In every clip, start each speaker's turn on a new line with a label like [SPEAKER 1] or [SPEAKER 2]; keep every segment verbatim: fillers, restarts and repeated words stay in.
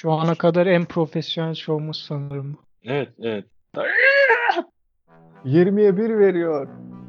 [SPEAKER 1] Şu ana kadar en profesyonel şovumuz sanırım bu.
[SPEAKER 2] Evet, evet.
[SPEAKER 3] yirmiye bir veriyor.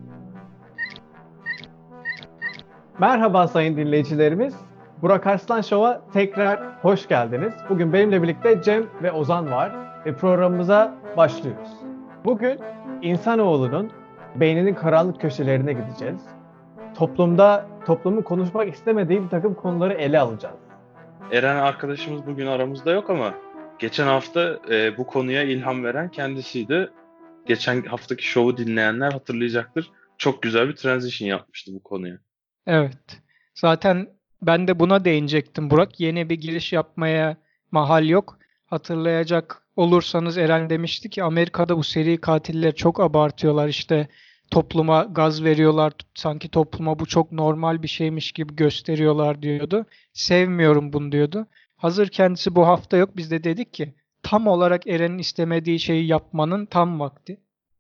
[SPEAKER 3] Merhaba sayın dinleyicilerimiz. Burak Arslan Show'a tekrar hoş geldiniz. Bugün benimle birlikte Cem ve Ozan var ve programımıza başlıyoruz. Bugün insanoğlunun beyninin karanlık köşelerine gideceğiz. Toplumda, toplumun konuşmak istemediği bir takım konuları ele alacağız.
[SPEAKER 2] Eren arkadaşımız bugün aramızda yok ama geçen hafta e, bu konuya ilham veren kendisiydi. Geçen haftaki şovu dinleyenler hatırlayacaktır. Çok güzel bir transition yapmıştı bu konuya.
[SPEAKER 1] Evet. Zaten ben de buna değinecektim Burak. Yeni bir giriş yapmaya mahal yok. Hatırlayacak olursanız Eren demişti ki Amerika'da bu seri katilleri çok abartıyorlar. İşte topluma gaz veriyorlar. Sanki topluma bu çok normal bir şeymiş gibi gösteriyorlar diyordu. Sevmiyorum bunu diyordu. Hazır kendisi bu hafta yok. Biz de dedik ki tam olarak Eren'in istemediği şeyi yapmanın tam vakti.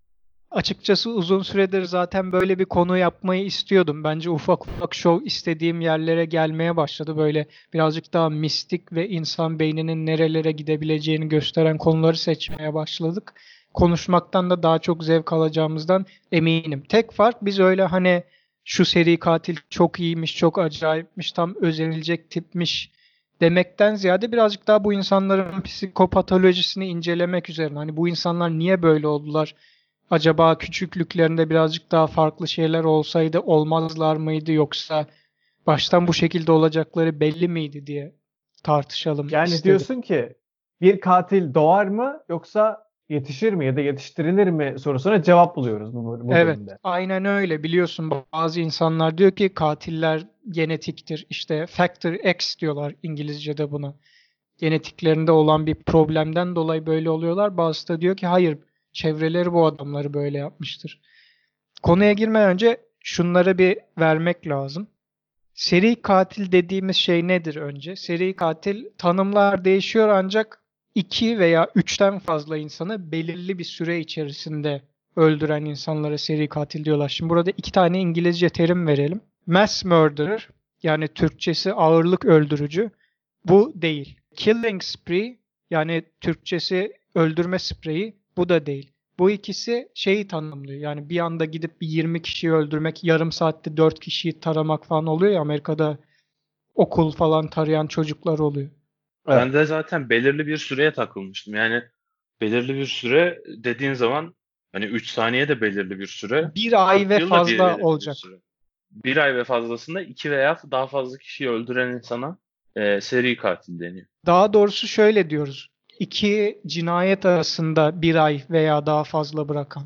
[SPEAKER 1] Açıkçası uzun süredir zaten böyle bir konu yapmayı istiyordum. Bence ufak ufak şov istediğim yerlere gelmeye başladı. Böyle birazcık daha mistik ve insan beyninin nerelere gidebileceğini gösteren konuları seçmeye başladık. Konuşmaktan da daha çok zevk alacağımızdan eminim. Tek fark biz öyle hani şu seri katil çok iyiymiş, çok acayipmiş, tam özenilecek tipmiş demekten ziyade birazcık daha bu insanların psikopatolojisini incelemek üzerine. Hani bu insanlar niye böyle oldular? Acaba küçüklüklerinde birazcık daha farklı şeyler olsaydı olmazlar mıydı yoksa baştan bu şekilde olacakları belli miydi diye tartışalım
[SPEAKER 3] Yani
[SPEAKER 1] istedim.
[SPEAKER 3] diyorsun ki bir katil doğar mı yoksa yetişir mi ya da yetiştirilir mi sorusuna cevap buluyoruz bu, bu
[SPEAKER 1] Evet,
[SPEAKER 3] bölümde.
[SPEAKER 1] aynen öyle. Biliyorsun bazı insanlar diyor ki katiller genetiktir. İşte Factor X diyorlar İngilizce'de buna. Genetiklerinde olan bir problemden dolayı böyle oluyorlar. Bazısı da diyor ki hayır, çevreleri bu adamları böyle yapmıştır. Konuya girmeden önce şunları bir vermek lazım. Seri katil dediğimiz şey nedir önce? Seri katil tanımlar değişiyor ancak iki veya üçten fazla insanı belirli bir süre içerisinde öldüren insanlara seri katil diyorlar. Şimdi burada iki tane İngilizce terim verelim. Mass murderer, yani Türkçesi ağırlık öldürücü, bu değil. Killing spree, yani Türkçesi öldürme spreyi, bu da değil. Bu ikisi şeyi tanımlıyor. Yani bir anda gidip bir yirmi kişiyi öldürmek, yarım saatte dört kişiyi taramak falan oluyor ya, Amerika'da okul falan tarayan çocuklar oluyor.
[SPEAKER 3] Evet.
[SPEAKER 2] Ben de zaten belirli bir süreye takılmıştım. Yani belirli bir süre dediğin zaman hani üç saniye de belirli bir süre.
[SPEAKER 1] Bir ay
[SPEAKER 2] kırk
[SPEAKER 1] ve
[SPEAKER 2] yıl da bir
[SPEAKER 1] fazla
[SPEAKER 2] belirli bir
[SPEAKER 1] olacak.
[SPEAKER 2] süre. Bir ay ve fazlasında iki veya daha fazla kişiyi öldüren insana e, seri katil deniyor.
[SPEAKER 1] Daha doğrusu şöyle diyoruz. İki cinayet arasında bir ay veya daha fazla bırakan.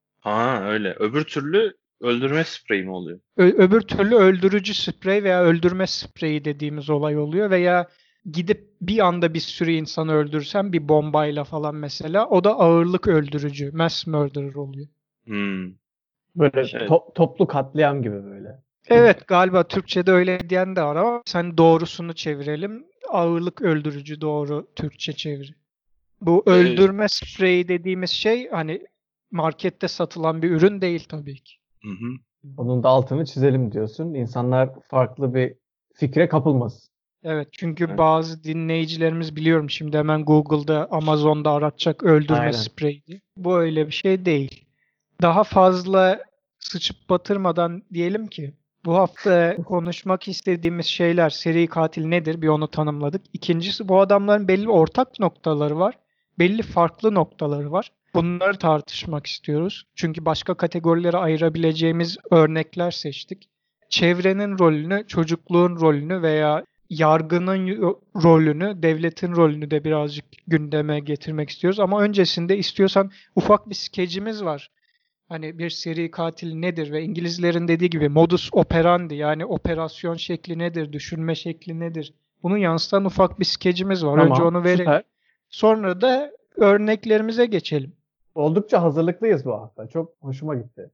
[SPEAKER 2] Ha öyle. Öbür türlü öldürme spreyi mi oluyor?
[SPEAKER 1] Ö- öbür türlü öldürücü sprey veya öldürme spreyi dediğimiz olay oluyor veya gidip bir anda bir sürü insanı öldürsen bir bombayla falan mesela, o da ağırlık öldürücü, mass murderer oluyor.
[SPEAKER 2] Hmm.
[SPEAKER 3] Böyle
[SPEAKER 2] Evet.
[SPEAKER 3] to- toplu katliam gibi böyle.
[SPEAKER 1] Evet, galiba Türkçe'de öyle diyen de var ama sen doğrusunu çevirelim. Ağırlık öldürücü doğru Türkçe çeviri. Bu
[SPEAKER 2] Ee,
[SPEAKER 1] öldürme spreyi dediğimiz şey hani markette satılan bir ürün değil tabii ki.
[SPEAKER 2] hı hı.
[SPEAKER 3] Onun da altını çizelim diyorsun. İnsanlar farklı bir fikre kapılmasın.
[SPEAKER 1] Evet, çünkü
[SPEAKER 2] Evet.
[SPEAKER 1] bazı dinleyicilerimiz, biliyorum şimdi hemen Google'da, Amazon'da aratacak öldürme
[SPEAKER 3] Aynen.
[SPEAKER 1] spreyi diye. Bu öyle bir şey değil. Daha fazla sıçıp batırmadan diyelim ki bu hafta konuşmak istediğimiz şeyler, seri katil nedir? Bir onu tanımladık. İkincisi, bu adamların belli ortak noktaları var. Belli farklı noktaları var. Bunları tartışmak istiyoruz. Çünkü başka kategorilere ayırabileceğimiz örnekler seçtik. Çevrenin rolünü, çocukluğun rolünü veya yargının yo- rolünü, devletin rolünü de birazcık gündeme getirmek istiyoruz. Ama öncesinde istiyorsan ufak bir skecimiz var. Hani bir seri katil nedir ve İngilizlerin dediği gibi modus operandi, yani operasyon şekli nedir, düşünme şekli nedir? Bunu yansıtan ufak bir skecimiz var. Önce
[SPEAKER 3] Tamam,
[SPEAKER 1] onu verelim.
[SPEAKER 3] süper.
[SPEAKER 1] Sonra da örneklerimize geçelim.
[SPEAKER 3] Oldukça hazırlıklıyız bu hafta. Çok hoşuma gitti.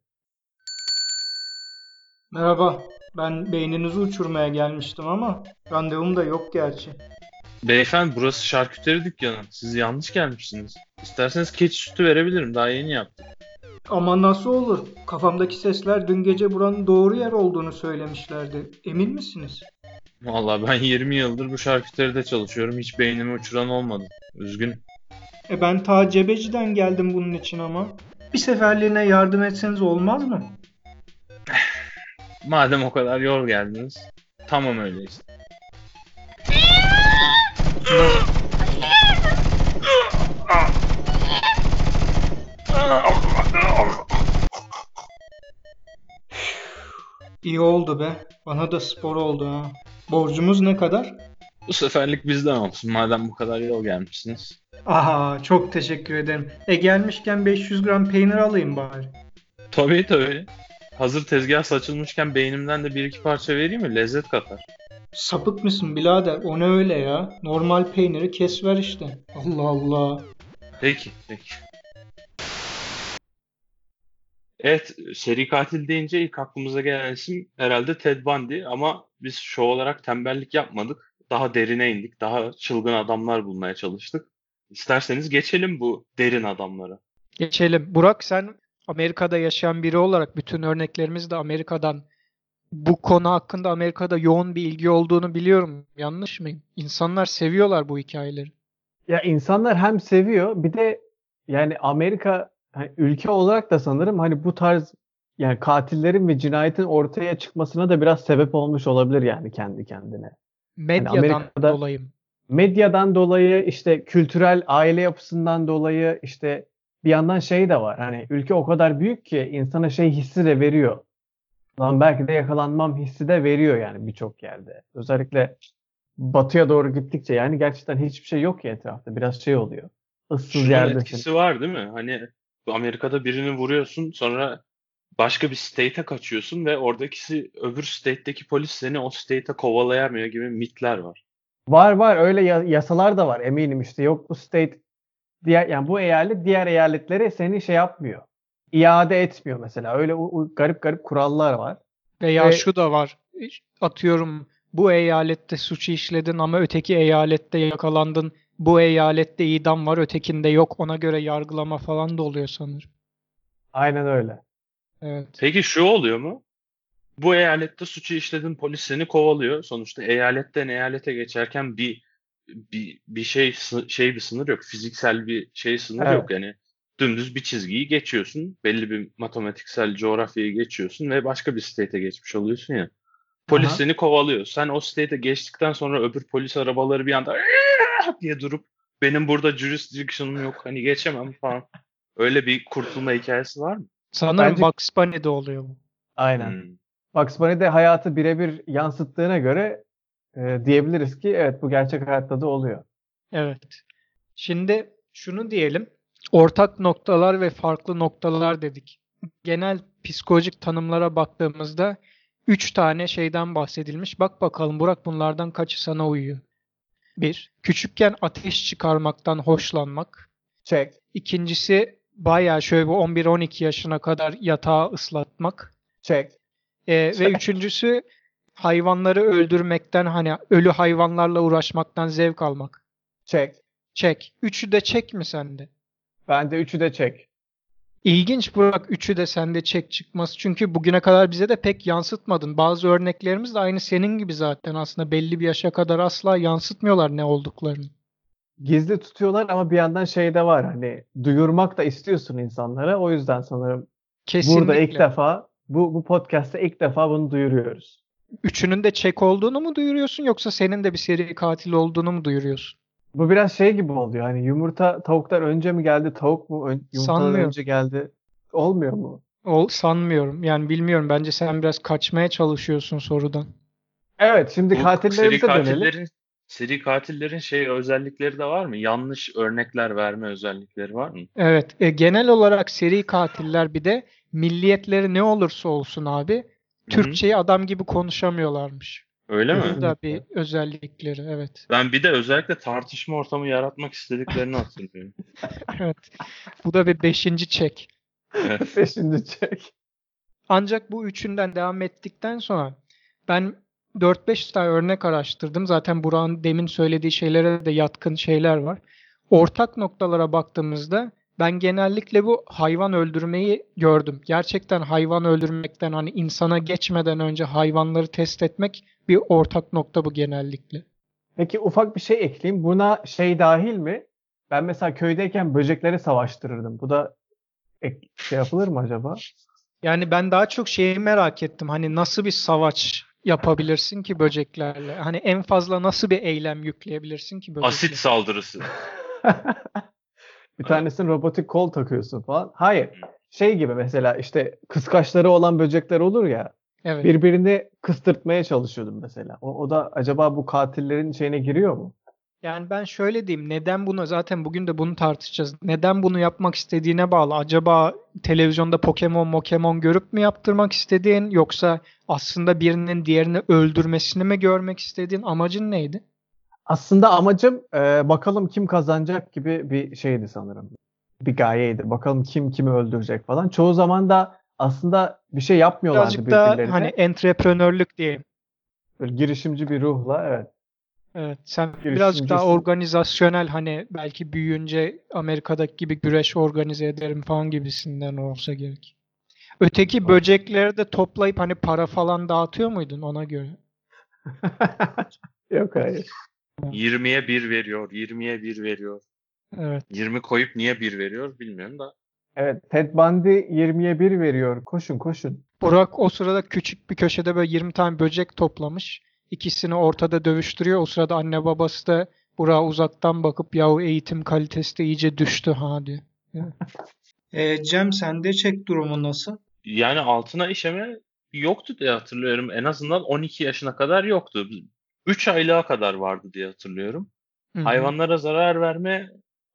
[SPEAKER 1] Merhaba, ben beyninizi uçurmaya gelmiştim ama randevum da yok gerçi.
[SPEAKER 2] Beyefendi burası şarküteri dükkanı. Siz yanlış gelmişsiniz. İsterseniz keçi sütü verebilirim. Daha yeni yaptım.
[SPEAKER 1] Ama nasıl olur? Kafamdaki sesler dün gece buranın doğru yer olduğunu söylemişlerdi. Emin misiniz?
[SPEAKER 2] Vallahi ben yirmi yıldır bu şarküteride çalışıyorum. Hiç beynimi uçuran olmadı. Üzgün.
[SPEAKER 1] E ben ta Cebeci'den geldim bunun için ama. Bir seferliğine yardım etseniz olmaz mı?
[SPEAKER 2] Madem o kadar yol geldiniz. Tamam öyleyse.
[SPEAKER 1] İyi oldu be. Bana da spor oldu ha. Borcumuz ne kadar?
[SPEAKER 2] Bu seferlik bizden olsun. Madem bu kadar yol gelmişsiniz.
[SPEAKER 1] Aha, çok teşekkür ederim. E gelmişken beş yüz gram peynir alayım bari.
[SPEAKER 2] Tabii tabii. Hazır tezgah saçılmışken beynimden de bir iki parça vereyim mi? Lezzet katar.
[SPEAKER 1] Sapık mısın birader? O ne öyle ya? Normal peyniri kes ver işte. Allah Allah.
[SPEAKER 2] Peki, peki. Evet, seri katil deyince ilk aklımıza gelen isim herhalde Ted Bundy ama biz şov olarak tembellik yapmadık. Daha derine indik, daha çılgın adamlar bulmaya çalıştık. İsterseniz geçelim bu derin adamlara.
[SPEAKER 1] Geçelim. Burak, sen Amerika'da yaşayan biri olarak bütün örneklerimiz de Amerika'dan. Bu konu hakkında Amerika'da yoğun bir ilgi olduğunu biliyorum. Yanlış mıyım? İnsanlar seviyorlar bu hikayeleri.
[SPEAKER 3] Ya insanlar hem seviyor bir de yani Amerika hani ülke olarak da sanırım hani bu tarz yani katillerin ve cinayetin ortaya çıkmasına da biraz sebep olmuş olabilir yani kendi kendine. Hani
[SPEAKER 1] Medyadan
[SPEAKER 3] Amerika'da
[SPEAKER 1] dolayı.
[SPEAKER 3] medyadan dolayı işte kültürel aile yapısından dolayı işte bir yandan şey de var. Hani ülke o kadar büyük ki insana şey hissi de veriyor. Lan belki de yakalanmam hissi de veriyor yani birçok yerde. Özellikle batıya doğru gittikçe yani gerçekten hiçbir şey yok ya etrafta. Biraz şey oluyor. Issız
[SPEAKER 2] Şunun
[SPEAKER 3] yerdesin.
[SPEAKER 2] etkisi var değil mi? Hani bu Amerika'da birini vuruyorsun, sonra başka bir state'e kaçıyorsun ve oradakisi öbür state'teki polis seni o state'e kovalayamıyor gibi mitler var.
[SPEAKER 3] Var var öyle ya- yasalar da var eminim işte. Yok bu state diğer yani bu eyalet diğer eyaletlere seni şey yapmıyor. İade etmiyor mesela. Öyle u- u- garip garip kurallar var.
[SPEAKER 1] Veya
[SPEAKER 3] Ve
[SPEAKER 1] şu da var. Atıyorum, bu eyalette suçu işledin ama öteki eyalette yakalandın. Bu eyalette idam var, ötekinde yok. Ona göre yargılama falan da oluyor sanırım.
[SPEAKER 3] aynen öyle.
[SPEAKER 1] Evet.
[SPEAKER 2] Peki şu oluyor mu? Bu eyalette suçu işledin, polis seni kovalıyor. Sonuçta eyaletten eyalete geçerken bir bir bir şey sı- şey bir sınır yok. Fiziksel bir şey sınır yok.
[SPEAKER 3] Evet.
[SPEAKER 2] Yani dümdüz bir çizgiyi geçiyorsun. Belli bir matematiksel coğrafyayı geçiyorsun ve başka bir state'e geçmiş oluyorsun ya. Polis
[SPEAKER 3] Aha.
[SPEAKER 2] seni kovalıyor. Sen o state'e geçtikten sonra öbür polis arabaları bir anda diye durup benim burada jurisdiction'ım yok. Hani geçemem falan. Öyle bir kurtulma hikayesi var mı?
[SPEAKER 1] Sanırım
[SPEAKER 3] Bence
[SPEAKER 1] Bugs Bunny'de oluyor bu.
[SPEAKER 3] aynen.
[SPEAKER 2] Hmm.
[SPEAKER 3] Bugs Bunny de hayatı birebir yansıttığına göre e, diyebiliriz ki evet bu gerçek hayatta da oluyor.
[SPEAKER 1] Evet. Şimdi şunu diyelim. Ortak noktalar ve farklı noktalar dedik. Genel psikolojik tanımlara baktığımızda üç tane şeyden bahsedilmiş. Bak bakalım Burak, bunlardan kaçı sana uyuyor? Bir, küçükken ateş çıkarmaktan hoşlanmak.
[SPEAKER 3] Check.
[SPEAKER 1] İkincisi, bayağı şöyle bir on bir on iki yaşına kadar yatağı ıslatmak.
[SPEAKER 3] Check.
[SPEAKER 1] Ee, ve üçüncüsü, hayvanları öldürmekten, hani ölü hayvanlarla uğraşmaktan zevk almak.
[SPEAKER 3] Check.
[SPEAKER 1] Çek. Üçü de çek mi sende?
[SPEAKER 3] Ben de üçü de check.
[SPEAKER 1] İlginç Burak, üçü de sende çek çıkması. Çünkü bugüne kadar bize de pek yansıtmadın. Bazı örneklerimiz de aynı senin gibi zaten, aslında belli bir yaşa kadar asla yansıtmıyorlar ne olduklarını.
[SPEAKER 3] Gizli tutuyorlar ama bir yandan şey de var hani duyurmak da istiyorsun insanlara. O yüzden sanırım burada ilk
[SPEAKER 1] Kesinlikle.
[SPEAKER 3] defa bu bu podcast'te ilk defa bunu duyuruyoruz.
[SPEAKER 1] Üçünün de çek olduğunu mu duyuruyorsun, yoksa senin de bir seri katil olduğunu mu duyuruyorsun?
[SPEAKER 3] Bu biraz şey gibi oluyor. Hani yumurta tavuktan önce mi geldi, tavuk mu ön- yumurtadan
[SPEAKER 1] Sanmıyorum.
[SPEAKER 3] önce geldi? Olmuyor mu?
[SPEAKER 1] Ol, sanmıyorum. Yani bilmiyorum. Bence sen biraz kaçmaya çalışıyorsun sorudan.
[SPEAKER 3] Evet, şimdi
[SPEAKER 2] Bu seri
[SPEAKER 3] katillerimize dönelim.
[SPEAKER 2] katillerin seri katillerin şey özellikleri de var mı? Yanlış örnekler verme özellikleri var mı?
[SPEAKER 1] Evet. E, genel olarak seri katiller bir de milliyetleri ne olursa olsun abi,
[SPEAKER 2] Hı hı.
[SPEAKER 1] Türkçeyi adam gibi konuşamıyorlarmış.
[SPEAKER 2] Öyle mi?
[SPEAKER 1] Bu da bir
[SPEAKER 3] Kesinlikle.
[SPEAKER 1] özellikleri. Evet.
[SPEAKER 2] Ben bir de özellikle tartışma ortamı yaratmak istediklerini hatırlıyorum.
[SPEAKER 1] Evet. Bu da bir beşinci çek.
[SPEAKER 2] Evet.
[SPEAKER 3] Beşinci check.
[SPEAKER 1] Ancak bu üçünden devam ettikten sonra ben dört beş tane örnek araştırdım. Zaten Burak'ın demin söylediği şeylere de yatkın şeyler var. Ortak noktalara baktığımızda ben genellikle bu hayvan öldürmeyi gördüm. Gerçekten hayvan öldürmekten, hani insana geçmeden önce hayvanları test etmek bir ortak nokta bu genellikle.
[SPEAKER 3] Peki ufak bir şey ekleyeyim. Buna şey dahil mi? Ben mesela köydeyken böcekleri savaştırırdım. Bu da ek- şey yapılır mı acaba?
[SPEAKER 1] Yani ben daha çok şeyi merak ettim. Hani nasıl bir savaş yapabilirsin ki böceklerle? Hani en fazla nasıl bir eylem yükleyebilirsin ki
[SPEAKER 2] Asit
[SPEAKER 1] böcekle?
[SPEAKER 2] saldırısı.
[SPEAKER 3] Bir tanesini robotik kol takıyorsun falan. Hayır. Şey gibi mesela işte kıskaçları olan böcekler olur ya.
[SPEAKER 1] Evet.
[SPEAKER 3] Birbirini kıstırtmaya çalışıyordum mesela. O, o da acaba bu katillerin şeyine giriyor mu?
[SPEAKER 1] Yani ben şöyle diyeyim. Neden bunu zaten bugün de bunu tartışacağız. Neden bunu yapmak istediğine bağlı. Acaba televizyonda Pokemon, Mokemon görüp mü yaptırmak istediğin yoksa aslında birinin diğerini öldürmesini mi görmek istediğin amacın neydi?
[SPEAKER 3] Aslında amacım e, bakalım kim kazanacak gibi bir şeydi sanırım. Bir gayeydi. Bakalım kim kimi öldürecek falan. Çoğu zaman da aslında bir şey yapmıyorlardı
[SPEAKER 1] Birazcık da hani
[SPEAKER 3] birbirlerine.
[SPEAKER 1] entreprenörlük diye.
[SPEAKER 3] Böyle girişimci bir ruhla evet.
[SPEAKER 1] Evet, sen birazcık daha
[SPEAKER 3] Girişimcisi.
[SPEAKER 1] organizasyonel hani belki büyüyünce Amerika'daki gibi güreş organize ederim falan gibisinden olsa gerek. Öteki böcekleri de toplayıp hani para falan dağıtıyor muydun ona göre?
[SPEAKER 3] Yok hayır.
[SPEAKER 2] yirmiye bir veriyor. yirmiye bir veriyor.
[SPEAKER 1] Evet.
[SPEAKER 2] yirmi koyup niye bir veriyor bilmiyorum da.
[SPEAKER 3] Evet, Ted Bundy yirmiye bir veriyor. Koşun koşun.
[SPEAKER 1] Burak o sırada küçük bir köşede böyle yirmi tane böcek toplamış. İkisini ortada dövüştürüyor. O sırada anne babası da Burak'a uzaktan bakıp yahu eğitim kalitesi de iyice düştü ha diyor. E, Cem sende çek durumu nasıl?
[SPEAKER 2] Yani altına işeme yoktu diye hatırlıyorum. En azından on iki yaşına kadar yoktu. üç aylığa kadar vardı diye hatırlıyorum.
[SPEAKER 1] Hı hı.
[SPEAKER 2] Hayvanlara zarar verme,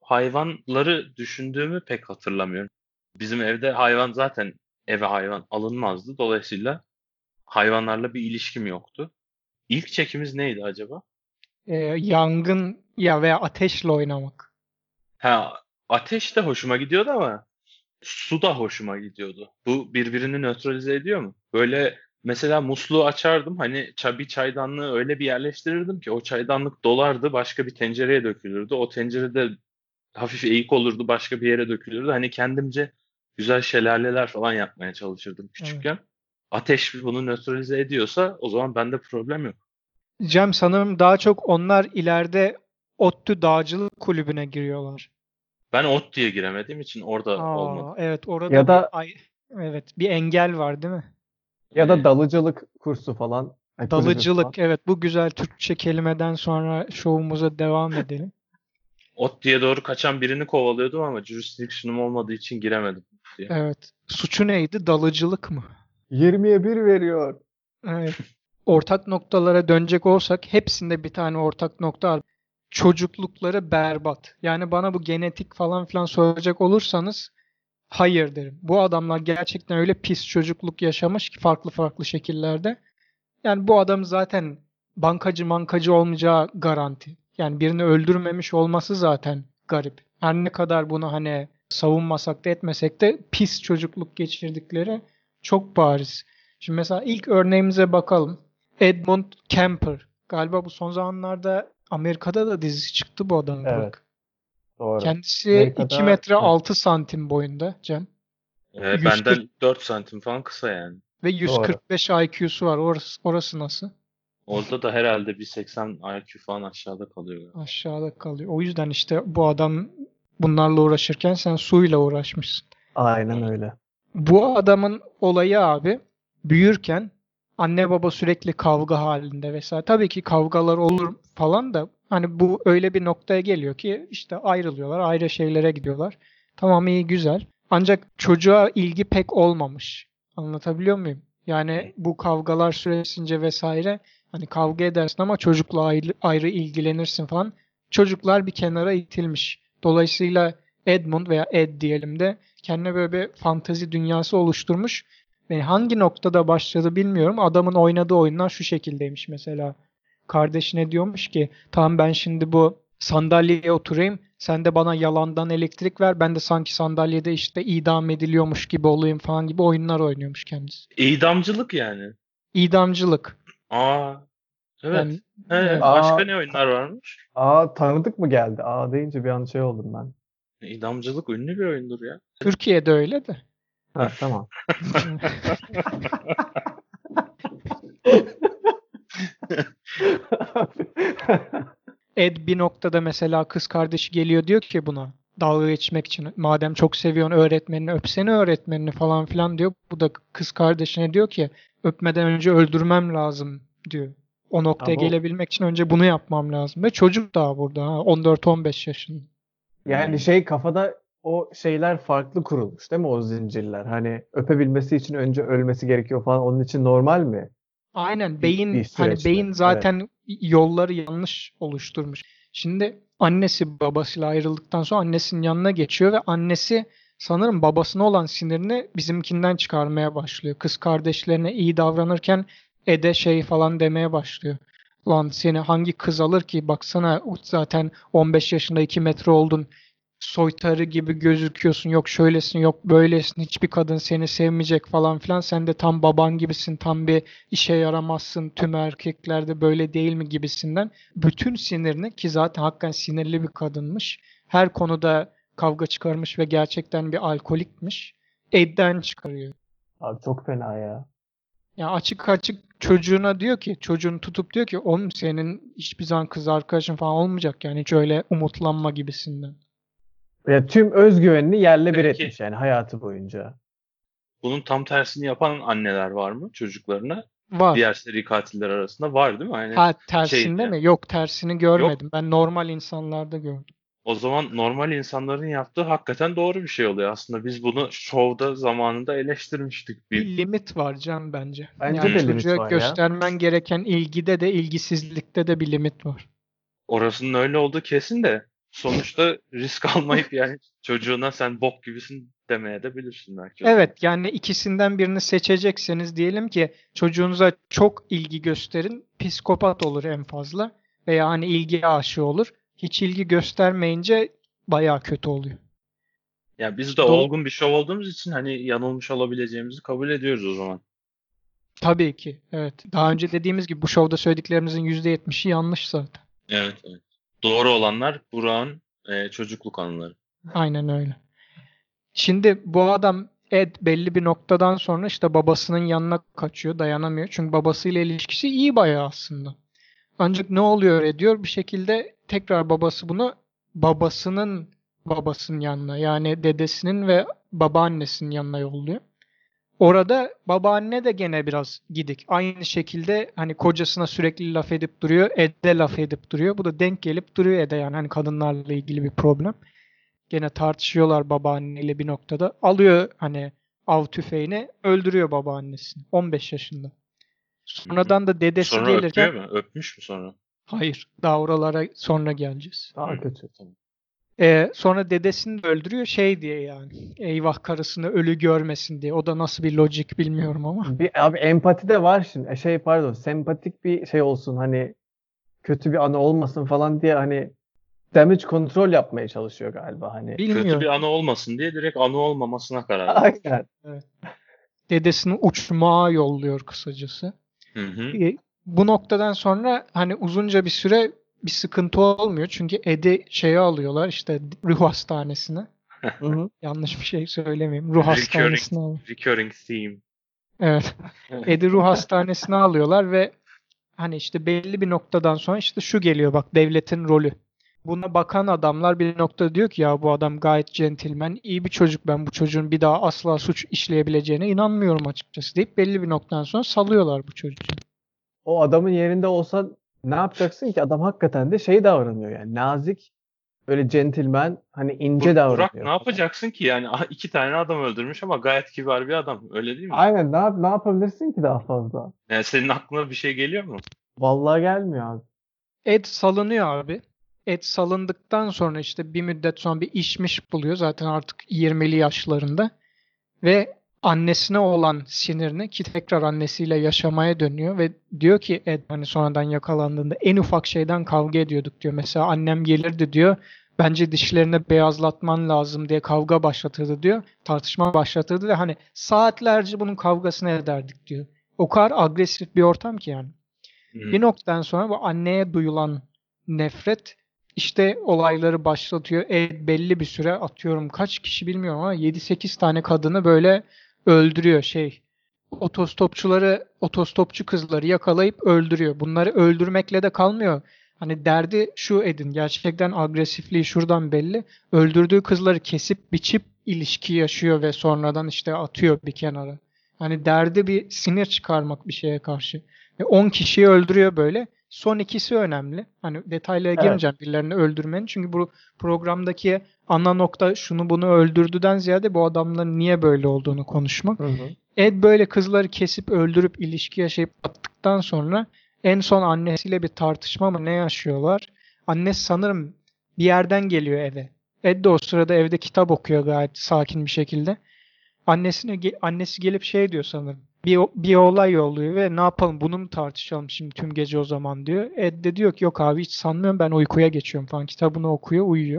[SPEAKER 2] hayvanları düşündüğümü pek hatırlamıyorum. Bizim evde hayvan zaten eve hayvan alınmazdı. Dolayısıyla hayvanlarla bir ilişkim yoktu. İlk çekimiz neydi acaba?
[SPEAKER 1] E, yangın ya veya ateşle oynamak.
[SPEAKER 2] Ha, ateş de hoşuma gidiyordu ama su da hoşuma gidiyordu. Bu birbirini nötralize ediyor mu? Böyle mesela musluğu açardım. Hani ça- bir çaydanlığı öyle bir yerleştirirdim ki o çaydanlık dolardı, başka bir tencereye dökülürdü. O tencerede hafif eğik olurdu, başka bir yere dökülürdü. Hani kendimce güzel şelaleler falan yapmaya çalışırdım
[SPEAKER 1] Evet.
[SPEAKER 2] küçükken. Ateş bunu nötralize ediyorsa o zaman bende problem yok.
[SPEAKER 1] Cem sanırım daha çok onlar ileride ODTÜ Dağcılık Kulübü'ne giriyorlar.
[SPEAKER 2] Ben ot diye giremediğim için orada olmadı.
[SPEAKER 1] Aa, evet
[SPEAKER 3] Ya
[SPEAKER 1] orada bir
[SPEAKER 3] da
[SPEAKER 1] ay evet bir engel var değil mi?
[SPEAKER 3] ya da
[SPEAKER 2] Ee,
[SPEAKER 3] dalıcılık kursu falan, e, kulübü falan.
[SPEAKER 1] Dalıcılık evet bu güzel Türkçe kelimeden sonra şovumuza devam edelim.
[SPEAKER 2] ot diye doğru kaçan birini kovalıyordum ama jurisdiction'um olmadığı için giremedim diye.
[SPEAKER 1] Evet. Suçu neydi? Dalıcılık mı?
[SPEAKER 3] yirmiye bir veriyor.
[SPEAKER 1] Evet. Ortak noktalara dönecek olsak hepsinde bir tane ortak nokta var. Çocuklukları berbat. Yani bana bu genetik falan filan soracak olursanız hayır derim. Bu adamlar gerçekten öyle pis çocukluk yaşamış ki farklı farklı şekillerde. Yani bu adam zaten bankacı mankacı olmayacağı garanti. Yani birini öldürmemiş olması zaten garip. Her ne kadar bunu hani savunmasak da etmesek de pis çocukluk geçirdikleri çok bariz. Şimdi mesela ilk örneğimize bakalım. Edmund Kemper. Galiba bu son zamanlarda Amerika'da da dizisi çıktı bu adamın
[SPEAKER 3] Evet,
[SPEAKER 1] Burak.
[SPEAKER 3] doğru.
[SPEAKER 1] Kendisi iki
[SPEAKER 3] Amerika'da
[SPEAKER 1] metre
[SPEAKER 3] hı,
[SPEAKER 1] altı santim boyunda Cem.
[SPEAKER 2] Ee,
[SPEAKER 1] yüz kırk
[SPEAKER 2] benden dört santim falan kısa yani.
[SPEAKER 1] ve
[SPEAKER 3] doğru.
[SPEAKER 1] yüz kırk beş I Q'su var. Orası, orası nasıl?
[SPEAKER 2] Orada da herhalde bir seksen I Q falan aşağıda kalıyor galiba.
[SPEAKER 1] Aşağıda kalıyor. O yüzden işte bu adam bunlarla uğraşırken sen suyla uğraşmışsın.
[SPEAKER 3] Aynen
[SPEAKER 2] Evet.
[SPEAKER 3] öyle.
[SPEAKER 1] Bu adamın olayı abi büyürken anne baba sürekli kavga halinde vesaire. Tabii ki kavgalar olur falan da hani bu öyle bir noktaya geliyor ki işte ayrılıyorlar, ayrı şeylere gidiyorlar. Tamam iyi güzel. Ancak çocuğa ilgi pek olmamış. Anlatabiliyor muyum? Yani bu kavgalar süresince vesaire hani kavga edersin ama çocukla ayrı, ayrı ilgilenirsin falan. Çocuklar bir kenara itilmiş. Dolayısıyla Edmund veya Ed diyelim de kendine böyle bir fantezi dünyası oluşturmuş. Ve hangi noktada başladı bilmiyorum. Adamın oynadığı oyunlar şu şekildeymiş mesela. Kardeşine diyormuş ki tamam ben şimdi bu sandalyeye oturayım. Sen de bana yalandan elektrik ver. Ben de sanki sandalyede işte idam ediliyormuş gibi olayım falan gibi oyunlar oynuyormuş kendisi.
[SPEAKER 2] İdamcılık yani.
[SPEAKER 1] İdamcılık.
[SPEAKER 2] Aa, evet.
[SPEAKER 1] Yani
[SPEAKER 2] Ee,
[SPEAKER 1] evet,
[SPEAKER 3] Aa,
[SPEAKER 2] başka ne oyunlar varmış?
[SPEAKER 3] aa tanıdık mı geldi? Aa deyince bir an şey oldum ben.
[SPEAKER 2] İdamcılık ünlü bir oyundur ya.
[SPEAKER 1] Türkiye'de öyle de.
[SPEAKER 3] Ha tamam.
[SPEAKER 1] Ed bir noktada mesela kız kardeşi geliyor diyor ki buna dalga geçmek için madem çok seviyorsun öğretmenini öpsene öğretmenini falan filan diyor. Bu da kız kardeşine diyor ki öpmeden önce öldürmem lazım diyor. O noktaya
[SPEAKER 3] Abo.
[SPEAKER 1] gelebilmek için önce bunu yapmam lazım. Ve çocuk daha burada ha, on dört on beş yaşında.
[SPEAKER 3] Yani şey kafada o şeyler farklı kurulmuş değil mi o zincirler? Hani öpebilmesi için önce ölmesi gerekiyor falan. Onun için normal mi?
[SPEAKER 1] Aynen
[SPEAKER 3] Bir, bir
[SPEAKER 1] beyin hani
[SPEAKER 3] süreçte.
[SPEAKER 1] beyin
[SPEAKER 3] Evet.
[SPEAKER 1] zaten yolları yanlış oluşturmuş. Şimdi annesi babasıyla ayrıldıktan sonra annesinin yanına geçiyor ve annesi sanırım babasına olan sinirini bizimkinden çıkarmaya başlıyor. Kız kardeşlerine iyi davranırken Ede şey falan demeye başlıyor. Lan seni hangi kız alır ki? Baksana zaten on beş yaşında iki metre oldun. Soytarı gibi gözüküyorsun. Yok şöylesin, yok böylesin. Hiçbir kadın seni sevmeyecek falan filan. Sen de tam baban gibisin. Tam bir işe yaramazsın. Tüm erkekler de böyle değil mi gibisinden. Bütün sinirini ki zaten hakikaten sinirli bir kadınmış. Her konuda kavga çıkarmış ve gerçekten bir alkolikmiş. Ed'den çıkarıyor.
[SPEAKER 3] Abi çok fena ya.
[SPEAKER 1] Ya açık açık çocuğuna diyor ki, çocuğunu tutup diyor ki, oğlum senin hiçbir zaman kız arkadaşın falan olmayacak yani hiç öyle umutlanma gibisinden.
[SPEAKER 3] Ya tüm özgüvenini yerle bir
[SPEAKER 2] Peki
[SPEAKER 3] etmiş yani hayatı boyunca.
[SPEAKER 2] bunun tam tersini yapan anneler var mı çocuklarına?
[SPEAKER 1] Var.
[SPEAKER 2] Diğer seri katiller arasında var değil mi? Hani
[SPEAKER 1] Ha
[SPEAKER 2] şey
[SPEAKER 1] tersinde
[SPEAKER 2] diye.
[SPEAKER 1] mi? Yok tersini
[SPEAKER 2] Yok.
[SPEAKER 1] görmedim. Ben normal insanlarda gördüm.
[SPEAKER 2] O zaman normal insanların yaptığı hakikaten doğru bir şey oluyor. Aslında biz bunu şovda zamanında eleştirmiştik. Bir
[SPEAKER 1] Bir limit var Can bence.
[SPEAKER 3] Bence
[SPEAKER 1] Yani
[SPEAKER 2] Hı.
[SPEAKER 3] de limit
[SPEAKER 1] çocuğa
[SPEAKER 3] var ya.
[SPEAKER 1] göstermen gereken ilgide de ilgisizlikte de bir limit var.
[SPEAKER 2] Orasının öyle olduğu kesin de sonuçta risk almayıp yani çocuğuna sen bok gibisin demeye de bilirsin belki o zaman.
[SPEAKER 1] Evet yani ikisinden birini seçecekseniz diyelim ki çocuğunuza çok ilgi gösterin. Psikopat olur en fazla. Veya hani ilgi aşığı olur. Hiç ilgi göstermeyince bayağı kötü oluyor.
[SPEAKER 2] Ya biz de
[SPEAKER 1] Do
[SPEAKER 2] olgun bir şov olduğumuz için hani yanılmış olabileceğimizi kabul ediyoruz o zaman.
[SPEAKER 1] Tabii ki. Evet. Daha önce dediğimiz gibi bu şovda söylediklerimizin yüzde yetmişi yanlış zaten.
[SPEAKER 2] Evet, evet. Doğru olanlar Burak'ın e, çocukluk anıları.
[SPEAKER 1] Aynen öyle. Şimdi bu adam Ed belli bir noktadan sonra işte babasının yanına kaçıyor, dayanamıyor. Çünkü babasıyla ilişkisi iyi bayağı aslında. Ancak ne oluyor ediyor? Bir şekilde tekrar babası bunu babasının babasının yanına yani dedesinin ve babaannesinin yanına yolluyor. Orada babaanne de gene biraz gidik. Aynı şekilde hani kocasına sürekli laf edip duruyor. Ed'e laf edip duruyor. Bu da denk gelip duruyor Ed'e yani hani kadınlarla ilgili bir problem. Gene tartışıyorlar babaanneyle bir noktada. Alıyor hani av tüfeğini öldürüyor babaannesini. on beş yaşında.
[SPEAKER 2] Hı hı.
[SPEAKER 1] Sonradan da dedesi
[SPEAKER 2] Sonra öpüyor
[SPEAKER 1] gelirken
[SPEAKER 2] mu? Öpmüş mü sonra?
[SPEAKER 1] hayır daha oralara sonra geleceğiz.
[SPEAKER 2] Hı,
[SPEAKER 3] Daha kötü.
[SPEAKER 2] tamam.
[SPEAKER 1] Ee, sonra dedesini de öldürüyor şey diye yani. Eyvah karısını ölü görmesin diye. O da nasıl bir lojik bilmiyorum ama.
[SPEAKER 3] Bir, abi empati de var şimdi. E, Şey pardon, sempatik bir şey olsun hani kötü bir anı olmasın falan diye hani damage control yapmaya çalışıyor galiba hani.
[SPEAKER 2] Kötü bir
[SPEAKER 1] Bilmiyorum.
[SPEAKER 2] anı olmasın diye direkt anı olmamasına karar verdi.
[SPEAKER 3] Aynen.
[SPEAKER 1] Evet. Dedesini uçmağa yolluyor kısacası.
[SPEAKER 2] Hı hı.
[SPEAKER 1] E, bu noktadan sonra hani uzunca bir süre bir sıkıntı olmuyor. Çünkü Ed'i şeye alıyorlar işte ruh hastanesine.
[SPEAKER 3] Hı hı.
[SPEAKER 1] Yanlış bir şey söylemeyeyim. Ruh
[SPEAKER 2] Recurring,
[SPEAKER 1] hastanesine alıyor.
[SPEAKER 2] recurring theme.
[SPEAKER 1] Evet. Ed'i ruh hastanesine alıyorlar ve hani işte belli bir noktadan sonra işte şu geliyor bak devletin rolü. Buna bakan adamlar bir noktada diyor ki ya bu adam gayet centilmen, iyi bir çocuk ben bu çocuğun bir daha asla suç işleyebileceğine inanmıyorum açıkçası deyip belli bir noktadan sonra salıyorlar bu çocuğu.
[SPEAKER 3] O adamın yerinde olsan ne yapacaksın ki? Adam hakikaten de şey davranıyor yani. Nazik, böyle centilmen, hani ince
[SPEAKER 2] Bur- Burak ne
[SPEAKER 3] davranıyor falan.
[SPEAKER 2] yapacaksın ki yani Ah, iki tane adam öldürmüş ama gayet kibar bir adam öyle değil mi?
[SPEAKER 3] Aynen ne yap ne yapabilirsin ki daha fazla?
[SPEAKER 2] Yani senin aklına bir şey geliyor mu?
[SPEAKER 3] Vallahi gelmiyor abi.
[SPEAKER 1] Ed salınıyor abi. Ed salındıktan sonra işte bir müddet sonra bir işmiş buluyor. Zaten artık yirmili yaşlarında. Ve annesine olan sinirini ki tekrar annesiyle yaşamaya dönüyor ve diyor ki Ed hani sonradan yakalandığında en ufak şeyden kavga ediyorduk diyor. Mesela annem gelirdi diyor. Bence dişlerini beyazlatman lazım diye kavga başlatırdı diyor. Tartışma başlatırdı ve hani saatlerce bunun kavgasını ederdik diyor. O kadar agresif bir ortam ki yani.
[SPEAKER 2] Hı.
[SPEAKER 1] Bir noktadan sonra bu anneye duyulan nefret işte olayları başlatıyor. E, belli bir süre atıyorum kaç kişi bilmiyorum ama yedi sekiz tane kadını böyle öldürüyor şey. otostopçuları, otostopçu kızları yakalayıp öldürüyor. Bunları öldürmekle de kalmıyor. Hani derdi şu Ed'in, gerçekten agresifliği şuradan belli. Öldürdüğü kızları kesip biçip ilişki yaşıyor ve sonradan işte atıyor bir kenara. Hani derdi bir sinir çıkarmak bir şeye karşı. Ve on kişiyi öldürüyor böyle. Son ikisi önemli. Hani detaylara
[SPEAKER 3] Evet.
[SPEAKER 1] girmeyeceğim birilerini öldürmenin. Çünkü bu programdaki ana nokta şunu bunu öldürdüden ziyade bu adamların niye böyle olduğunu konuşmak.
[SPEAKER 3] Hı hı.
[SPEAKER 1] Ed böyle kızları kesip öldürüp ilişki yaşayıp attıktan sonra en son annesiyle bir tartışma mı ne yaşıyorlar? Annesi sanırım bir yerden geliyor eve. Ed de o sırada evde kitap okuyor gayet sakin bir şekilde. Annesine ge- annesi gelip şey diyor sanırım. Bir, o- bir olay yolluyor ve ne yapalım bunu mu tartışalım şimdi tüm gece o zaman diyor. Ed de diyor ki yok abi hiç sanmıyorum ben uykuya geçiyorum falan. Kitabını okuyor uyuyor.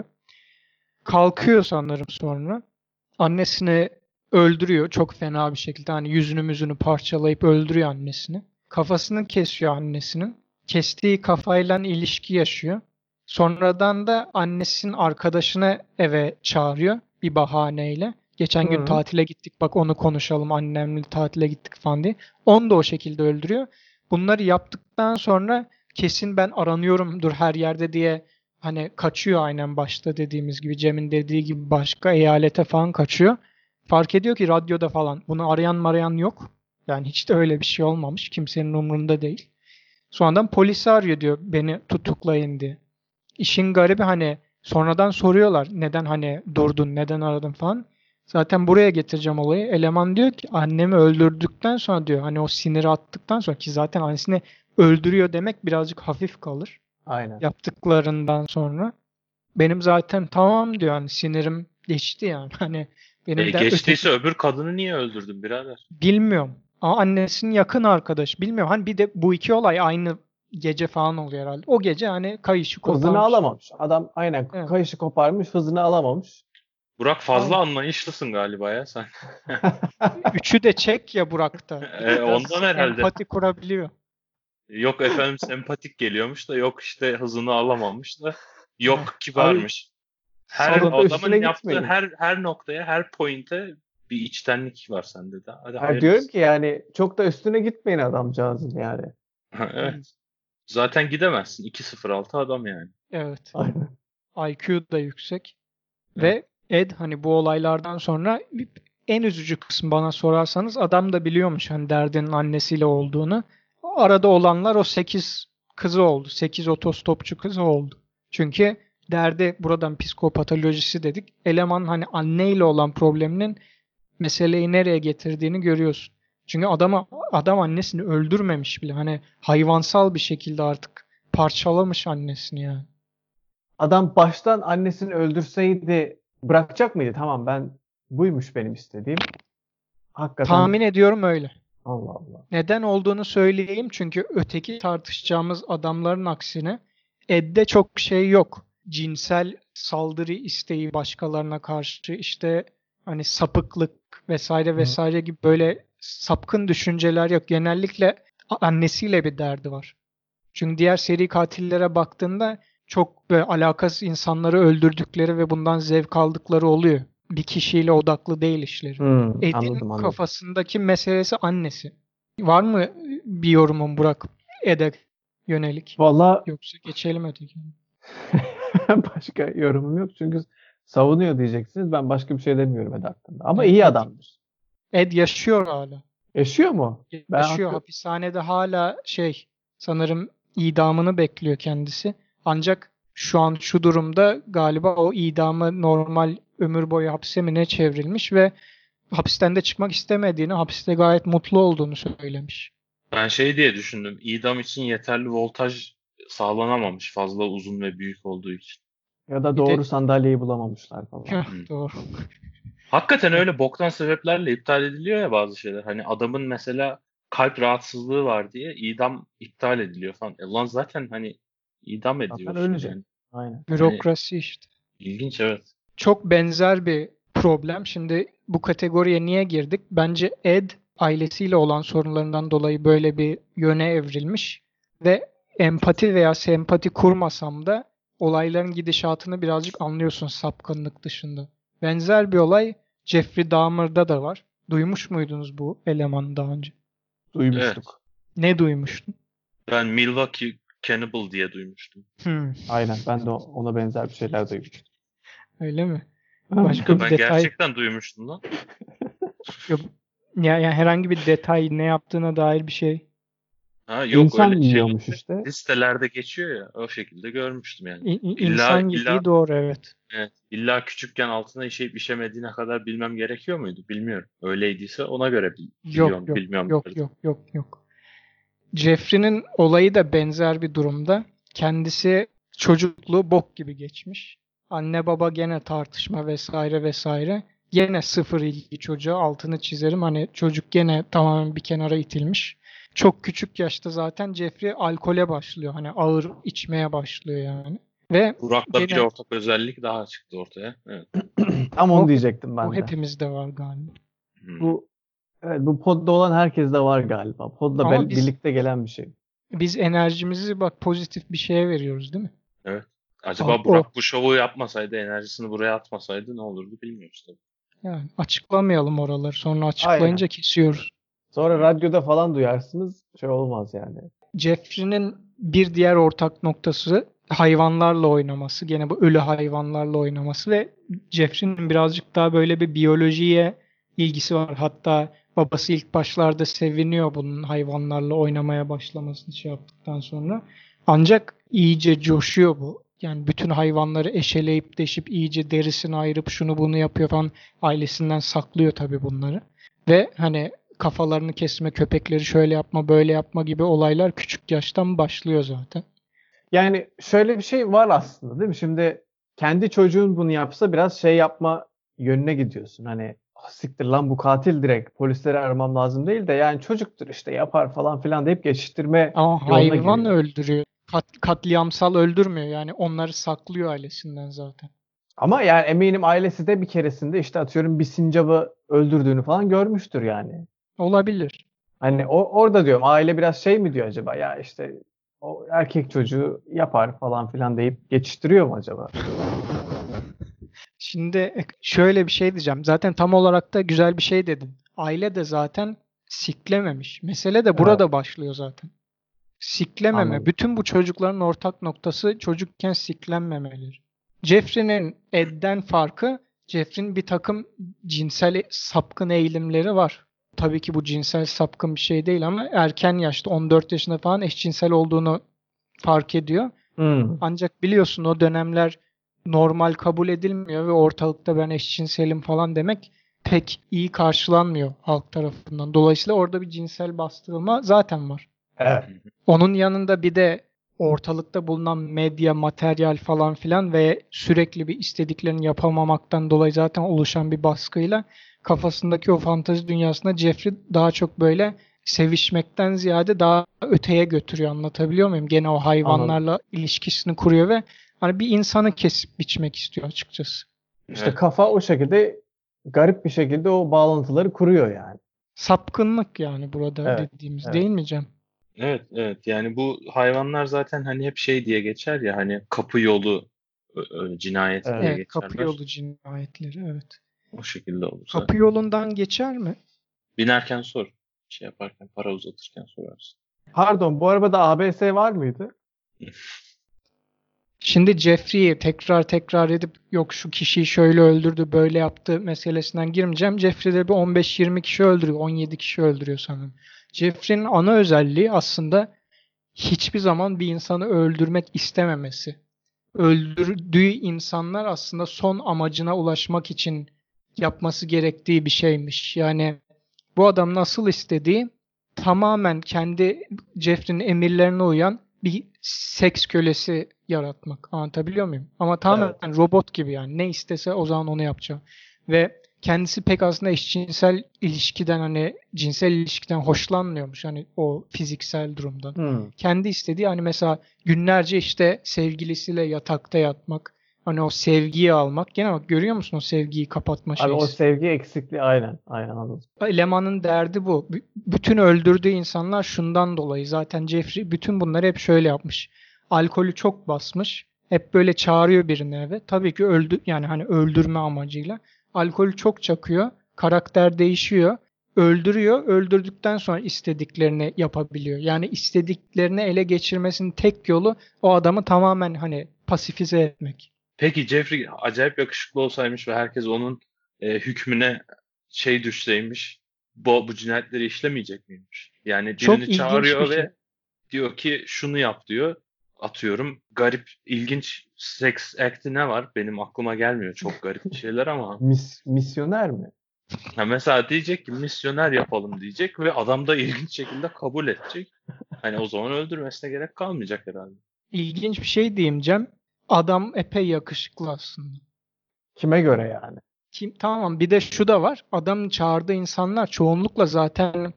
[SPEAKER 1] Kalkıyor sanırım sonra. Annesini öldürüyor çok fena bir şekilde. Hani yüzünü müzünü parçalayıp öldürüyor annesini. Kafasını kesiyor annesinin. Kestiği kafayla ilişki yaşıyor. Sonradan da annesinin arkadaşını eve çağırıyor bir bahaneyle. Geçen gün
[SPEAKER 3] Hı.
[SPEAKER 1] tatile gittik bak onu konuşalım annemle tatile gittik falan diye. Onu da o şekilde öldürüyor. Bunları yaptıktan sonra kesin ben aranıyorumdur her yerde diye hani kaçıyor aynen başta dediğimiz gibi Cem'in dediği gibi başka eyalete falan kaçıyor. Fark ediyor ki radyoda falan bunu arayan marayan yok. Yani hiç de öyle bir şey olmamış. Kimsenin umurunda değil. Sonradan polisi arıyor diyor beni tutuklayın diye. İşin garibi hani sonradan soruyorlar neden hani durdun neden aradın falan. Zaten buraya getireceğim olayı. Eleman diyor ki annemi öldürdükten sonra diyor hani o siniri attıktan sonra ki zaten annesini öldürüyor demek birazcık hafif kalır
[SPEAKER 3] Aynen.
[SPEAKER 1] yaptıklarından sonra. Benim zaten tamam diyor hani sinirim geçti yani. Hani
[SPEAKER 2] E,
[SPEAKER 1] benim de
[SPEAKER 2] geçtiyse
[SPEAKER 1] öteki
[SPEAKER 2] öbür kadını niye öldürdün birader?
[SPEAKER 1] bilmiyorum. Ama annesinin yakın arkadaş bilmiyorum. Hani bir de bu iki olay aynı gece falan oluyor herhalde. O gece hani kayışı
[SPEAKER 3] Hızını
[SPEAKER 1] koparmış.
[SPEAKER 3] alamamış. Adam aynen
[SPEAKER 1] Evet.
[SPEAKER 3] kayışı koparmış, hızını alamamış.
[SPEAKER 2] Burak fazla
[SPEAKER 3] Aynen.
[SPEAKER 2] anlayışlısın galiba ya sen.
[SPEAKER 1] Üçü de çek ya Burak'ta.
[SPEAKER 2] E, ondan
[SPEAKER 1] Biraz
[SPEAKER 2] herhalde.
[SPEAKER 1] empati kurabiliyor.
[SPEAKER 2] Yok efendim sempatik geliyormuş da yok işte hızını alamamış da
[SPEAKER 1] Heh.
[SPEAKER 2] yok
[SPEAKER 3] Abi
[SPEAKER 2] kibarmış. Her
[SPEAKER 3] çok da
[SPEAKER 1] Salın.
[SPEAKER 3] üstüne
[SPEAKER 2] adamın yaptığı
[SPEAKER 3] gitmeyin.
[SPEAKER 2] her her noktaya, her point'e bir içtenlik var sende de. Hadi
[SPEAKER 3] Ha, diyorum
[SPEAKER 2] hayırlısı.
[SPEAKER 3] ki yani çok da üstüne gitmeyin adamcağızın yani.
[SPEAKER 2] Evet. Zaten gidemezsin. iki sıfır altı adam yani.
[SPEAKER 1] Evet.
[SPEAKER 3] Aynen.
[SPEAKER 1] I Q da yüksek.
[SPEAKER 2] Evet.
[SPEAKER 1] Ve Ed hani bu olaylardan sonra en üzücü kısmı bana sorarsanız adam da biliyormuş hani derdinin annesiyle olduğunu. O arada olanlar o sekiz kızı oldu. Sekiz otostopçu kızı oldu. Çünkü derdi buradan psikopatolojisi dedik. Eleman hani anneyle olan probleminin meseleyi nereye getirdiğini görüyorsun. Çünkü adama adam annesini öldürmemiş bile. Hani hayvansal bir şekilde artık parçalamış annesini yani.
[SPEAKER 3] Adam baştan annesini öldürseydi bırakacak mıydı? Tamam ben buymuş benim istediğim. Hakikaten
[SPEAKER 1] Tahmin ediyorum öyle.
[SPEAKER 3] Allah Allah.
[SPEAKER 1] Neden olduğunu söyleyeyim çünkü öteki tartışacağımız adamların aksine Ed'de çok şey yok. Cinsel saldırı isteği başkalarına karşı işte hani sapıklık vesaire
[SPEAKER 3] Hı.
[SPEAKER 1] vesaire gibi böyle sapkın düşünceler yok. Genellikle a- annesiyle bir derdi var. Çünkü diğer seri katillere baktığında çok böyle alakasız insanları öldürdükleri ve bundan zevk aldıkları oluyor. Bir kişiyle odaklı değil işleri.
[SPEAKER 3] Hı,
[SPEAKER 1] Ed'in
[SPEAKER 3] anladım anladım.
[SPEAKER 1] kafasındaki meselesi annesi. Var mı bir yorumun Burak Ed'e yönelik?
[SPEAKER 3] Valla
[SPEAKER 1] Yoksa geçelim öteki.
[SPEAKER 3] başka yorumum yok çünkü savunuyor diyeceksiniz. Ben başka bir şey demiyorum Ed hakkında. Ama
[SPEAKER 1] Yani
[SPEAKER 3] iyi
[SPEAKER 1] Ed,
[SPEAKER 3] adamdır.
[SPEAKER 1] Ed yaşıyor hala.
[SPEAKER 3] Yaşıyor mu? Ben
[SPEAKER 1] Yaşıyor.
[SPEAKER 3] hakkı
[SPEAKER 1] Hapishanede hala şey sanırım idamını bekliyor kendisi. Ancak şu an şu durumda galiba o idamı normal ömür boyu hapse mi ne çevrilmiş ve hapisten de çıkmak istemediğini, hapiste gayet mutlu olduğunu söylemiş.
[SPEAKER 2] Ben şey diye düşündüm. İdam için yeterli voltaj sağlanamamış fazla uzun ve büyük olduğu için.
[SPEAKER 3] ya da
[SPEAKER 1] Bir de
[SPEAKER 3] doğru sandalyeyi bulamamışlar falan.
[SPEAKER 2] Hı.
[SPEAKER 1] doğru.
[SPEAKER 2] Hakikaten öyle boktan sebeplerle iptal ediliyor ya bazı şeyler. Hani adamın mesela kalp rahatsızlığı var diye idam iptal ediliyor falan. E lan zaten hani idam
[SPEAKER 3] Zaten
[SPEAKER 2] ediyorsun
[SPEAKER 3] ölecek.
[SPEAKER 2] yani.
[SPEAKER 3] Aynen.
[SPEAKER 2] Hani
[SPEAKER 1] Bürokrasi işte.
[SPEAKER 2] ilginç evet.
[SPEAKER 1] Çok benzer bir problem. Şimdi bu kategoriye niye girdik? Bence Ed ailesiyle olan sorunlarından dolayı böyle bir yöne evrilmiş ve empati veya sempati kurmasam da olayların gidişatını birazcık anlıyorsun sapkınlık dışında. Benzer bir olay Jeffrey Dahmer'da da var. Duymuş muydunuz bu elemanı daha önce?
[SPEAKER 3] Duymuştuk.
[SPEAKER 1] Ne duymuştun?
[SPEAKER 2] Ben Milwaukee Cannibal diye duymuştum.
[SPEAKER 1] Hmm,
[SPEAKER 3] Aynen. Ben de ona benzer bir şeyler duymuştum.
[SPEAKER 1] öyle mi? Başka
[SPEAKER 2] Ya
[SPEAKER 1] bir
[SPEAKER 2] ben
[SPEAKER 1] detay
[SPEAKER 2] gerçekten duymuştum lan.
[SPEAKER 1] yok. Ya, yani herhangi bir detay, ne yaptığına dair bir şey.
[SPEAKER 2] Ha yok,
[SPEAKER 3] İnsan
[SPEAKER 2] öyle
[SPEAKER 3] yiyormuş
[SPEAKER 2] şeylerde
[SPEAKER 3] işte.
[SPEAKER 2] listelerde geçiyor ya, o şekilde görmüştüm yani.
[SPEAKER 1] İ- i-
[SPEAKER 2] İlla
[SPEAKER 1] İnsan
[SPEAKER 2] illa
[SPEAKER 1] yediği doğru, evet.
[SPEAKER 2] evet, illa küçükken altına işeyip işemediğine kadar bilmem gerekiyor muydu? Bilmiyorum. Öyleydiyse ona göre bil-
[SPEAKER 1] Yok
[SPEAKER 2] biliyorum,
[SPEAKER 1] yok
[SPEAKER 2] bilmiyorum
[SPEAKER 1] yok
[SPEAKER 2] derdim.
[SPEAKER 1] yok yok yok. Jeffrey'nin olayı da benzer bir durumda. Kendisi çocukluğu bok gibi geçmiş. Anne baba gene tartışma vesaire vesaire. Gene sıfır ilgi çocuğa, altını çizerim. Hani çocuk gene tamamen bir kenara itilmiş. Çok küçük yaşta zaten Jeffrey alkole başlıyor. Hani ağır içmeye başlıyor yani. Ve
[SPEAKER 2] Burak'la bir
[SPEAKER 1] gene
[SPEAKER 2] ortak özellik daha çıktı ortaya. Evet.
[SPEAKER 3] Tam
[SPEAKER 1] o,
[SPEAKER 3] onu diyecektim
[SPEAKER 1] o
[SPEAKER 3] ben de.
[SPEAKER 1] hepimizde var galiba.
[SPEAKER 2] Hmm.
[SPEAKER 3] Bu evet, bu podda olan herkeste var galiba. Podla
[SPEAKER 1] Ama
[SPEAKER 3] bel-
[SPEAKER 1] biz
[SPEAKER 3] birlikte gelen bir şey.
[SPEAKER 1] biz enerjimizi bak pozitif bir şeye veriyoruz, değil mi?
[SPEAKER 2] Evet.
[SPEAKER 1] Al-
[SPEAKER 2] Acaba
[SPEAKER 1] O.
[SPEAKER 2] Burak bu şovu yapmasaydı, enerjisini buraya atmasaydı ne olurdu bilmiyoruz tabii.
[SPEAKER 1] Yani açıklamayalım oraları. Sonra
[SPEAKER 3] Aynen.
[SPEAKER 1] açıklayınca kesiyoruz.
[SPEAKER 3] Sonra radyoda falan duyarsınız. Şey olmaz yani.
[SPEAKER 1] Jeffrey'nin bir diğer ortak noktası hayvanlarla oynaması. Gene bu ölü hayvanlarla oynaması ve Jeffrey'nin birazcık daha böyle bir biyolojiye ilgisi var. Hatta babası ilk başlarda seviniyor bunun hayvanlarla oynamaya başlamasını şey yaptıktan sonra. Ancak iyice coşuyor bu. Yani bütün hayvanları eşeleyip deşip iyice derisini ayırıp şunu bunu yapıyor falan. Ailesinden saklıyor tabii bunları. Ve hani kafalarını kesme, köpekleri şöyle yapma, böyle yapma gibi olaylar küçük yaştan başlıyor zaten.
[SPEAKER 3] Yani şöyle bir şey var aslında, değil mi? Şimdi kendi çocuğun bunu yapsa biraz şey yapma yönüne gidiyorsun. Hani "Ah, siktir lan bu katil, direkt polisleri aramam lazım" değil de yani çocuktur işte yapar falan filan deyip geçiştirme
[SPEAKER 1] Ama
[SPEAKER 3] yoluna
[SPEAKER 1] hayvan
[SPEAKER 3] giriyor.
[SPEAKER 1] öldürüyor. Kat, katliamsal öldürmüyor. Yani onları saklıyor ailesinden zaten.
[SPEAKER 3] Ama yani eminim ailesi de bir keresinde işte atıyorum bir sincabı öldürdüğünü falan görmüştür yani.
[SPEAKER 1] Olabilir.
[SPEAKER 3] Hani o orada diyorum, aile biraz şey mi diyor acaba, ya işte o erkek çocuğu yapar falan filan deyip geçiştiriyor mu acaba?
[SPEAKER 1] Şimdi e, şöyle bir şey diyeceğim. Zaten tam olarak da güzel bir şey dedin. Aile de zaten siklememiş. Mesele de
[SPEAKER 3] Evet,
[SPEAKER 1] burada başlıyor zaten. Siklememe.
[SPEAKER 3] anladım.
[SPEAKER 1] Bütün bu çocukların ortak noktası çocukken siklenmemeleri. Jeffrey'nin Ed'den farkı, Jeffrey'nin bir takım cinsel sapkın eğilimleri var. Tabii ki bu cinsel sapkın bir şey değil ama erken yaşta on dört yaşında falan eşcinsel olduğunu fark ediyor.
[SPEAKER 3] Hmm,
[SPEAKER 1] Ancak biliyorsun o dönemler normal kabul edilmiyor ve ortalıkta ben eşcinselim falan demek pek iyi karşılanmıyor halk tarafından. Dolayısıyla orada bir cinsel bastırılma zaten var.
[SPEAKER 3] evet.
[SPEAKER 1] Onun yanında bir de ortalıkta bulunan medya, materyal falan filan ve sürekli bir istediklerini yapamamaktan dolayı zaten oluşan bir baskıyla kafasındaki o fantezi dünyasında Jeffrey daha çok böyle sevişmekten ziyade daha öteye götürüyor. Anlatabiliyor muyum? Gene o
[SPEAKER 3] Anladım.
[SPEAKER 1] hayvanlarla ilişkisini kuruyor ve hani bir insanı kesip biçmek istiyor açıkçası.
[SPEAKER 3] İşte
[SPEAKER 2] Evet.
[SPEAKER 3] kafa o şekilde garip bir şekilde o bağlantıları kuruyor yani.
[SPEAKER 1] Sapkınlık yani burada
[SPEAKER 3] Evet,
[SPEAKER 1] dediğimiz,
[SPEAKER 3] evet.
[SPEAKER 1] değil mi Cem?
[SPEAKER 2] Evet, evet. Yani bu hayvanlar zaten hani hep şey diye geçer ya, hani kapı yolu ö- ö- cinayeti diye
[SPEAKER 3] Evet.
[SPEAKER 1] Evet, kapı
[SPEAKER 2] geçerler.
[SPEAKER 1] yolu cinayetleri, evet.
[SPEAKER 2] O şekilde olur
[SPEAKER 1] Kapı
[SPEAKER 2] zaten.
[SPEAKER 1] yolundan geçer mi?
[SPEAKER 2] Binerken sor. Şey yaparken, para uzatırken sorarsın.
[SPEAKER 3] Pardon, bu arabada A B S var mıydı?
[SPEAKER 1] Şimdi Jeffrey'i tekrar tekrar edip yok şu kişiyi şöyle öldürdü, böyle yaptı meselesinden girmeyeceğim. Jeffrey de bir on beş yirmi kişi öldürüyor, on yedi kişi öldürüyor sanırım. Jeffrey'nin ana özelliği aslında hiçbir zaman bir insanı öldürmek istememesi. Öldürdüğü insanlar aslında son amacına ulaşmak için yapması gerektiği bir şeymiş. Yani bu adam nasıl istediği tamamen kendi Jeffrey'nin emirlerine uyan bir seks kölesi yaratmak. Anlatabiliyor muyum? Ama
[SPEAKER 3] Evet.
[SPEAKER 1] tamamen robot gibi yani. Ne istese o zaman onu yapacak. Ve kendisi pek aslında eşcinsel ilişkiden hani cinsel ilişkiden hoşlanmıyormuş. Hani o fiziksel durumdan.
[SPEAKER 3] Hmm.
[SPEAKER 1] Kendi istediği hani mesela günlerce işte sevgilisiyle yatakta yatmak. Hani o sevgiyi almak. Gene bak görüyor musun o sevgiyi kapatma
[SPEAKER 3] Abi o
[SPEAKER 1] şeysi?
[SPEAKER 3] sevgi eksikliği, aynen. Aynen, anladım.
[SPEAKER 1] Elemanın derdi bu. B- bütün öldürdüğü insanlar şundan dolayı. Zaten Jeffrey bütün bunları hep şöyle yapmış. Alkolü çok basmış. Hep böyle çağırıyor birini eve. Tabii ki öldü yani hani öldürme amacıyla. Alkolü çok çakıyor. karakter değişiyor. Öldürüyor. Öldürdükten sonra istediklerini yapabiliyor. Yani istediklerini ele geçirmesinin tek yolu o adamı tamamen hani pasifize etmek.
[SPEAKER 2] Peki Jeffrey acayip yakışıklı olsaymış ve herkes onun e, hükmüne şey düşseymiş, bu, bu cinayetleri işlemeyecek miymiş? Yani
[SPEAKER 1] Çok
[SPEAKER 2] birini
[SPEAKER 1] ilginç bir
[SPEAKER 2] çağırıyor
[SPEAKER 1] şey.
[SPEAKER 2] ve diyor ki şunu yap diyor. Atıyorum garip, ilginç seks act'i ne var? Benim aklıma gelmiyor çok garip şeyler ama.
[SPEAKER 3] Mis, misyoner mi?
[SPEAKER 2] Ha mesela diyecek ki misyoner yapalım diyecek ve adam da ilginç şekilde kabul edecek. Hani o zaman öldürmesine gerek kalmayacak herhalde.
[SPEAKER 1] İlginç bir şey diyeyim Cem. Adam epey yakışıklı aslında.
[SPEAKER 3] Kime göre yani?
[SPEAKER 1] Kim, tamam bir de şu da var. Adamın çağırdığı insanlar çoğunlukla zaten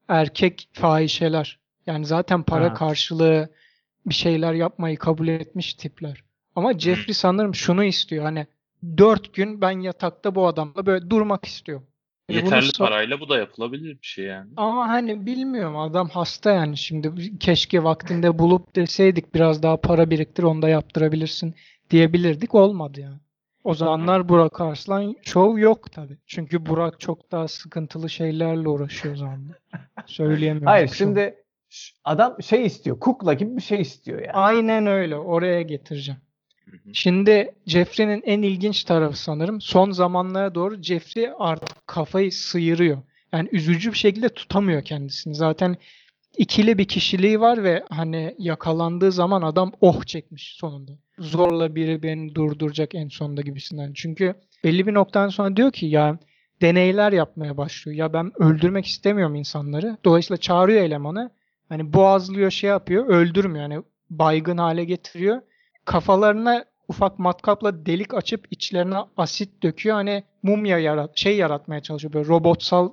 [SPEAKER 1] erkek fahişeler. Yani zaten para
[SPEAKER 3] Ha.
[SPEAKER 1] karşılığı bir şeyler yapmayı kabul etmiş tipler. Ama
[SPEAKER 2] Hmm.
[SPEAKER 1] Jeffrey sanırım şunu istiyor. Hani dört gün ben yatakta bu adamla böyle durmak istiyor. Hani bunu
[SPEAKER 2] Yeterli
[SPEAKER 1] sa-
[SPEAKER 2] parayla bu da yapılabilir bir şey yani.
[SPEAKER 1] Ama hani bilmiyorum adam hasta yani şimdi keşke vaktinde bulup deseydik biraz daha para biriktir onu da yaptırabilirsin diyebilirdik olmadı yani. O zamanlar Burak Arslan Show yok tabii. Çünkü Burak çok daha sıkıntılı şeylerle uğraşıyor o zamanlar. Söyleyemiyorum
[SPEAKER 3] Hayır
[SPEAKER 1] bu şovu.
[SPEAKER 3] şimdi ş- adam şey istiyor. Kukla gibi bir şey istiyor yani.
[SPEAKER 1] Aynen öyle. Oraya getireceğim.
[SPEAKER 2] Hı hı.
[SPEAKER 1] Şimdi Jeffrey'nin en ilginç tarafı sanırım son zamanlara doğru Jeffrey artık kafayı sıyırıyor. Yani üzücü bir şekilde tutamıyor kendisini. Zaten ikili bir kişiliği var ve hani yakalandığı zaman adam oh çekmiş sonunda. Zorla biri beni durduracak en sonunda gibisinden. Çünkü belli bir noktadan sonra diyor ki ya deneyler yapmaya başlıyor. Ya ben öldürmek istemiyorum insanları. Dolayısıyla çağırıyor elemanı. Hani boğazlıyor şey yapıyor öldürmüyor. Yani baygın hale getiriyor. Kafalarına ufak matkapla delik açıp içlerine asit döküyor. Hani mumya yarat şey yaratmaya çalışıyor. Böyle robotsal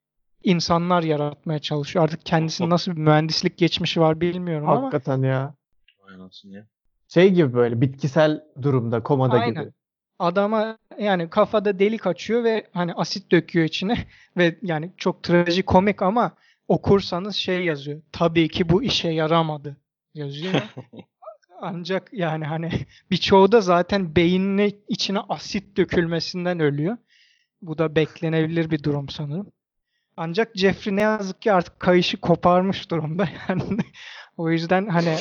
[SPEAKER 1] insanlar yaratmaya çalışıyor. Artık kendisinin nasıl bir mühendislik geçmişi var bilmiyorum ama
[SPEAKER 3] Hakikaten ya.
[SPEAKER 2] Vay anasını ya.
[SPEAKER 3] Şey gibi böyle bitkisel durumda, komada
[SPEAKER 1] aynen.
[SPEAKER 3] gibi.
[SPEAKER 1] Adama yani kafada delik açıyor ve hani asit döküyor içine ve yani çok trajikomik ama okursanız şey yazıyor. Tabii ki bu işe yaramadı yazıyor. Ancak yani hani birçoğu da zaten beynine içine asit dökülmesinden ölüyor. Bu da beklenebilir bir durum sanırım. Ancak Jeffrey ne yazık ki artık kayışı koparmış durumda. Yani o yüzden hani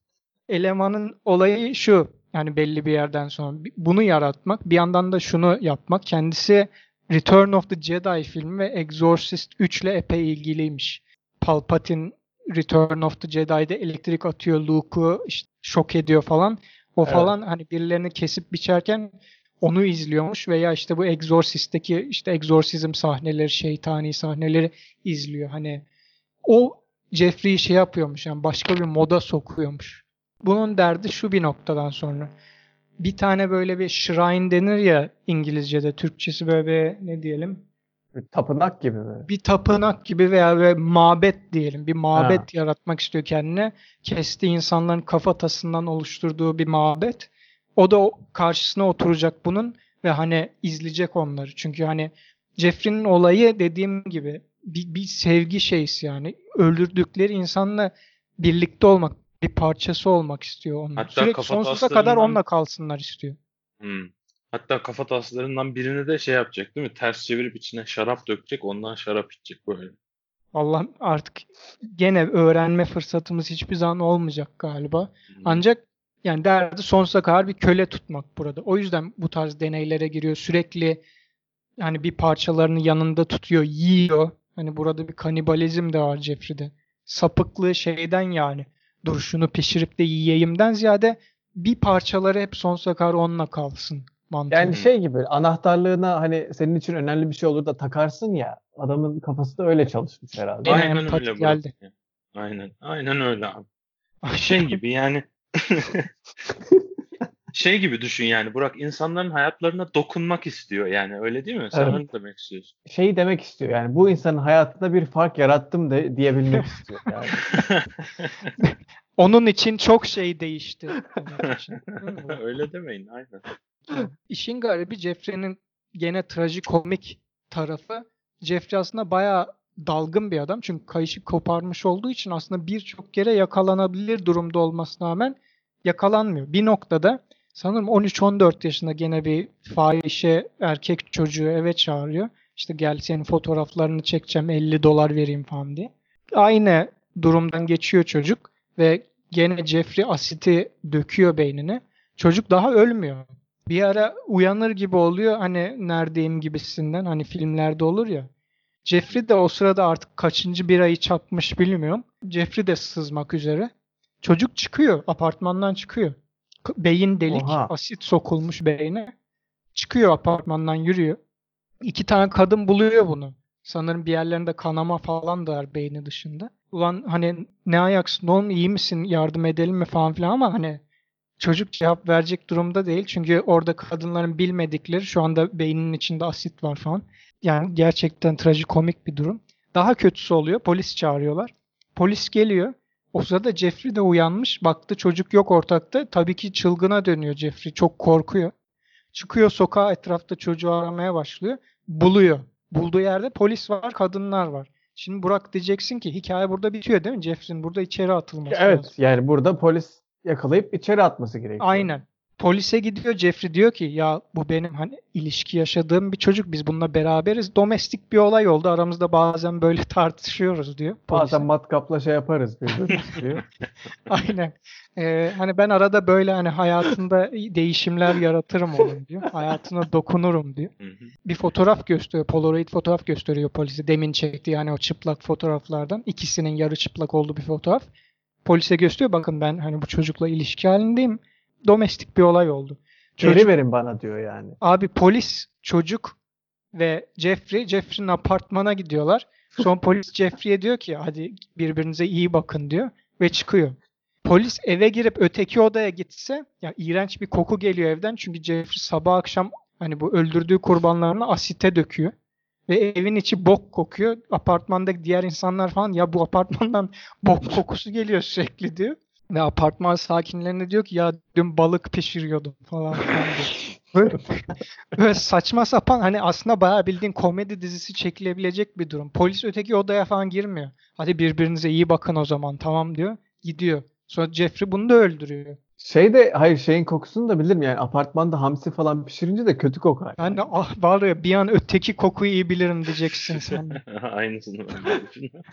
[SPEAKER 1] elemanın olayı şu. Yani belli bir yerden sonra bi- bunu yaratmak, bir yandan da şunu yapmak. Kendisi Return of the Jedi filmi ve Exorcist üç ile epey ilgiliymiş. Palpatine Return of the Jedi'de elektrik atıyor, Luke'u işte şok ediyor falan. O
[SPEAKER 3] Evet.
[SPEAKER 1] falan hani birilerini kesip biçerken onu izliyormuş veya işte bu Exorcist'teki işte egzorsizm sahneleri, şeytani sahneleri izliyor. Hani o Jeffrey'i şey yapıyormuş yani başka bir moda sokuyormuş. Bunun derdi şu bir noktadan sonra. Bir tane böyle bir shrine denir ya İngilizce'de, Türkçesi böyle bir ne diyelim?
[SPEAKER 3] Bir tapınak gibi mi?
[SPEAKER 1] Bir tapınak gibi veya böyle mabet diyelim. Bir
[SPEAKER 3] Ha.
[SPEAKER 1] mabet yaratmak istiyor kendine. Kestiği insanların kafatasından oluşturduğu bir mabet. O da o karşısına oturacak bunun ve hani izleyecek onları. Çünkü hani Jeffrey'nin olayı dediğim gibi bir, bir sevgi şeysi yani. Öldürdükleri insanla birlikte olmak, bir parçası olmak istiyor onlar.
[SPEAKER 2] Hatta
[SPEAKER 1] Sürekli sonsuza kadar
[SPEAKER 2] kafataslarından
[SPEAKER 1] onunla kalsınlar istiyor.
[SPEAKER 2] hmm. Hatta kafataslarından birini de şey yapacak değil mi? Ters çevirip içine şarap dökecek, ondan şarap içecek böyle.
[SPEAKER 1] Allah artık gene öğrenme fırsatımız hiçbir zaman olmayacak galiba.
[SPEAKER 2] Hmm.
[SPEAKER 1] Ancak yani derdi sonsuza kadar bir köle tutmak burada. O yüzden bu tarz deneylere giriyor. Sürekli hani bir parçalarını yanında tutuyor, yiyor. Hani burada bir kanibalizm de var Jeffrey'de. Sapıklığı şeyden yani. Dur şunu pişirip de yiyeyimden ziyade bir parçaları hep sonsuza kadar onunla kalsın mantığı.
[SPEAKER 3] Yani
[SPEAKER 2] Hmm.
[SPEAKER 3] şey gibi anahtarlığına hani senin için önemli bir şey olur da takarsın ya. Adamın kafası da öyle çalışmış herhalde.
[SPEAKER 1] Gene
[SPEAKER 2] Aynen
[SPEAKER 1] empati
[SPEAKER 2] öyle Burak.
[SPEAKER 1] geldi.
[SPEAKER 2] Aynen. Aynen öyle abi. Şey gibi yani şey gibi düşün yani Burak, insanların hayatlarına dokunmak istiyor yani, öyle değil mi? Sen
[SPEAKER 3] Evet.
[SPEAKER 2] öyle demek istiyorsun.
[SPEAKER 3] Şey demek istiyor yani bu insanın hayatında bir fark yarattım de diyebilmek istiyor yani.
[SPEAKER 1] Onun için çok şey değişti demek için. Değil mi bu?
[SPEAKER 2] Öyle demeyin aynen.
[SPEAKER 1] İşin garibi Jeffrey'nin gene trajikomik tarafı. Jeffrey aslında bayağı dalgın bir adam. Çünkü kayışı koparmış olduğu için aslında birçok kere yakalanabilir durumda olmasına rağmen yakalanmıyor. Bir noktada sanırım on üç on dört yaşında gene bir fahişe erkek çocuğu eve çağırıyor. İşte gel senin fotoğraflarını çekeceğim elli dolar vereyim falan diye. Aynı durumdan geçiyor çocuk ve gene Jeffrey asiti döküyor beynine. Çocuk daha ölmüyor. Bir ara uyanır gibi oluyor hani neredeyim gibisinden hani filmlerde olur ya. Jeffrey de o sırada artık kaçıncı birayı çakmış bilmiyorum. Jeffrey de sızmak üzere. Çocuk çıkıyor, apartmandan çıkıyor. K- Beyin delik,
[SPEAKER 3] Oha.
[SPEAKER 1] asit sokulmuş beyne. Çıkıyor apartmandan yürüyor. İki tane kadın buluyor bunu. Sanırım bir yerlerinde kanama falan da var beyni dışında. Ulan hani ne ayaksın oğlum iyi misin yardım edelim mi falan filan ama hani çocuk cevap verecek durumda değil. Çünkü orada kadınların bilmedikleri şu anda beyninin içinde asit var falan. Yani gerçekten trajikomik bir durum. Daha kötüsü oluyor. Polis çağırıyorlar. Polis geliyor. O sırada Jeffrey de uyanmış. Baktı çocuk yok ortakta. Tabii ki çılgına dönüyor Jeffrey. Çok korkuyor. Çıkıyor sokağa etrafta çocuğu aramaya başlıyor. Buluyor. Bulduğu yerde polis var, kadınlar var. Şimdi Burak diyeceksin ki hikaye burada bitiyor değil mi? Jeffrey'in burada içeri atılması lazım.
[SPEAKER 3] Evet, yani burada polis yakalayıp içeri atması gerekiyor.
[SPEAKER 1] Aynen. Polise gidiyor Jeffrey diyor ki ya bu benim hani ilişki yaşadığım bir çocuk biz bununla beraberiz. Domestik bir olay oldu aramızda bazen böyle tartışıyoruz diyor polise.
[SPEAKER 3] Bazen matkapla şey yaparız birbirimiz diyor.
[SPEAKER 1] Aynen. Ee, hani ben arada böyle hani hayatında değişimler yaratırım onun diyor. Hayatına dokunurum diyor.
[SPEAKER 2] Hı hı.
[SPEAKER 1] Bir fotoğraf gösteriyor. Polaroid fotoğraf gösteriyor polise. Demin çektiği hani o çıplak fotoğraflardan. İkisinin yarı çıplak olduğu bir fotoğraf. Polise gösteriyor. Bakın ben hani bu çocukla ilişki halindeyim. Domestik bir olay oldu.
[SPEAKER 3] Geri
[SPEAKER 1] Çocuk,
[SPEAKER 3] verin bana diyor yani.
[SPEAKER 1] abi polis, çocuk ve Jeffrey, Jeffrey'nin apartmana gidiyorlar. Son polis Jeffrey'e diyor ki hadi birbirinize iyi bakın diyor ve çıkıyor. Polis eve girip öteki odaya gitse ya iğrenç bir koku geliyor evden çünkü Jeffrey sabah akşam hani bu öldürdüğü kurbanlarını asite döküyor. Ve evin içi bok kokuyor. Apartmandaki diğer insanlar falan ya bu apartmandan bok kokusu geliyor sürekli diyor. Ve apartman sakinlerine diyor ki ya dün balık pişiriyordum falan filan diyor. Böyle, böyle saçma sapan hani aslında bayağı bildiğin komedi dizisi çekilebilecek bir durum. Polis öteki odaya falan girmiyor. Hadi birbirinize iyi bakın o zaman tamam diyor. Gidiyor. Sonra Jeffrey bunu da öldürüyor.
[SPEAKER 3] Şey de hayır şeyin kokusunu da bilirim yani apartmanda hamsi falan pişirince de kötü kokar.
[SPEAKER 1] Yani ah var ya bir an öteki kokuyu iyi bilirim diyeceksin sen.
[SPEAKER 2] Aynısını ben de düşünüyorum.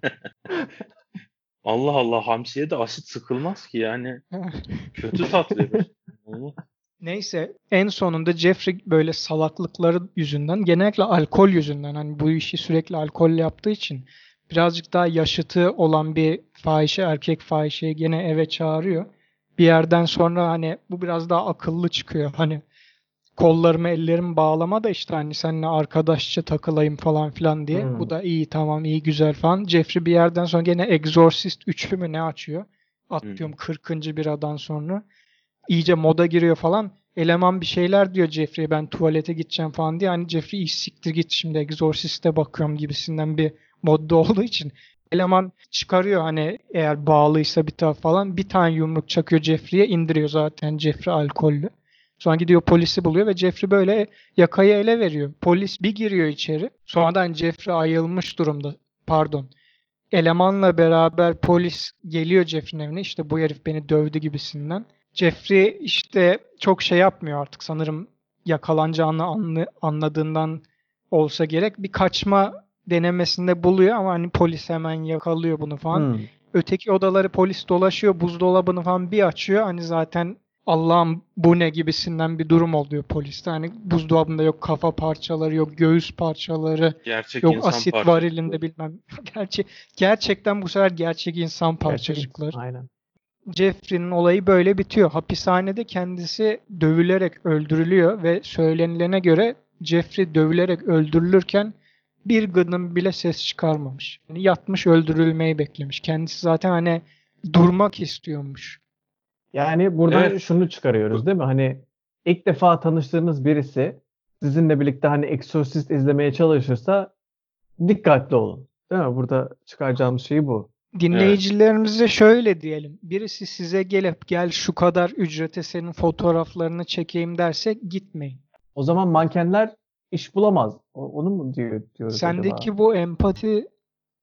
[SPEAKER 2] Allah Allah hamsiye de asit sıkılmaz ki yani. Kötü tat verir. Olmaz.
[SPEAKER 1] Neyse en sonunda Jeffrey böyle salaklıkları yüzünden genellikle alkol yüzünden hani bu işi sürekli alkolle yaptığı için birazcık daha yaşıtı olan bir fahişe erkek fahişeyi gene eve çağırıyor. Bir yerden sonra hani bu biraz daha akıllı çıkıyor. Hani kollarımı ellerimi bağlama da işte hani seninle arkadaşça takılayım falan filan diye.
[SPEAKER 3] Hmm.
[SPEAKER 1] Bu da iyi tamam iyi güzel falan. Jeffrey bir yerden sonra gene Exorcist üçü mü ne açıyor? Atıyorum kırkıncı biradan sonra. İyice moda giriyor falan. Eleman bir şeyler diyor Jeffrey'e ben tuvalete gideceğim falan diye. Hani Jeffrey iş siktir git şimdi Exorcist'e bakıyorum gibisinden bir modda olduğu için. Eleman çıkarıyor hani eğer bağlıysa bir taraf falan. Bir tane yumruk çakıyor Jeffrey'e indiriyor zaten Jeffrey alkollü. Sonra gidiyor polisi buluyor ve Jeffrey böyle yakayı ele veriyor. Polis bir giriyor içeri. Sonradan Jeffrey ayılmış durumda. Pardon. Elemanla beraber polis geliyor Jeffrey'nin evine. İşte bu herif beni dövdü gibisinden. Jeffrey işte çok şey yapmıyor artık sanırım yakalanacağını anlı, anladığından olsa gerek. Bir kaçma denemesinde buluyor ama hani polis hemen yakalıyor bunu falan.
[SPEAKER 3] Hmm.
[SPEAKER 1] Öteki odaları polis dolaşıyor. Buzdolabını falan bir açıyor. Hani zaten Allah'ım bu ne gibisinden bir durum oluyor poliste. Hani buzdolabında yok kafa parçaları, yok göğüs parçaları,
[SPEAKER 2] Gerçek
[SPEAKER 1] yok
[SPEAKER 2] insan
[SPEAKER 1] asit
[SPEAKER 2] parçası.
[SPEAKER 1] varilinde bilmem. Gerçi gerçekten bu sefer gerçek insan
[SPEAKER 3] Gerçek.
[SPEAKER 1] parçacıkları.
[SPEAKER 3] Aynen.
[SPEAKER 1] Jeffrey'nin olayı böyle bitiyor. Hapishanede kendisi dövülerek öldürülüyor ve söylenilene göre Jeffrey dövülerek öldürülürken bir gıdım bile ses çıkarmamış. Yani yatmış öldürülmeyi beklemiş. Kendisi zaten hani durmak istiyormuş.
[SPEAKER 3] Yani buradan
[SPEAKER 2] Evet.
[SPEAKER 3] şunu çıkarıyoruz değil mi? Hani ilk defa tanıştığınız birisi sizinle birlikte hani Exorcist izlemeye çalışırsa dikkatli olun. Değil mi? Burada çıkaracağımız şey bu.
[SPEAKER 2] Evet.
[SPEAKER 1] Dinleyicilerimize şöyle diyelim. Birisi size gelip gel şu kadar ücrete senin fotoğraflarını çekeyim derse gitmeyin.
[SPEAKER 3] O zaman mankenler iş bulamaz. O- Onu mu diyor, diyoruz acaba?
[SPEAKER 1] Sendeki bu empati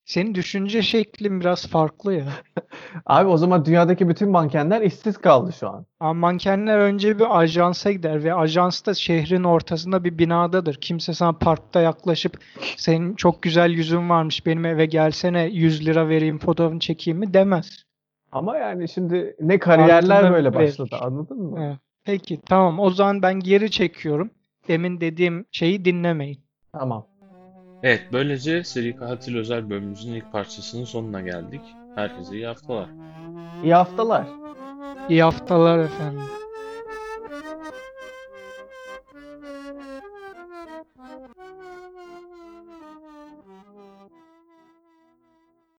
[SPEAKER 1] Senin düşünce şeklin biraz farklı ya.
[SPEAKER 3] Abi o zaman dünyadaki bütün mankenler işsiz kaldı şu an.
[SPEAKER 1] Ama mankenler önce bir ajansa gider ve ajans da şehrin ortasında bir binadadır. Kimse sana parkta yaklaşıp senin çok güzel yüzün varmış benim eve gelsene yüz lira vereyim fotoğrafını çekeyim mi demez.
[SPEAKER 3] Ama yani şimdi ne kariyerler
[SPEAKER 1] Ardından
[SPEAKER 3] böyle
[SPEAKER 1] verir.
[SPEAKER 3] başladı, anladın mı?
[SPEAKER 1] Evet. Peki tamam o zaman ben geri çekiyorum. Demin dediğim şeyi dinlemeyin.
[SPEAKER 3] Tamam.
[SPEAKER 2] Evet, böylece Seri Katil özel bölümümüzün ilk parçasının sonuna geldik. Herkese iyi haftalar.
[SPEAKER 3] İyi haftalar.
[SPEAKER 1] İyi haftalar efendim.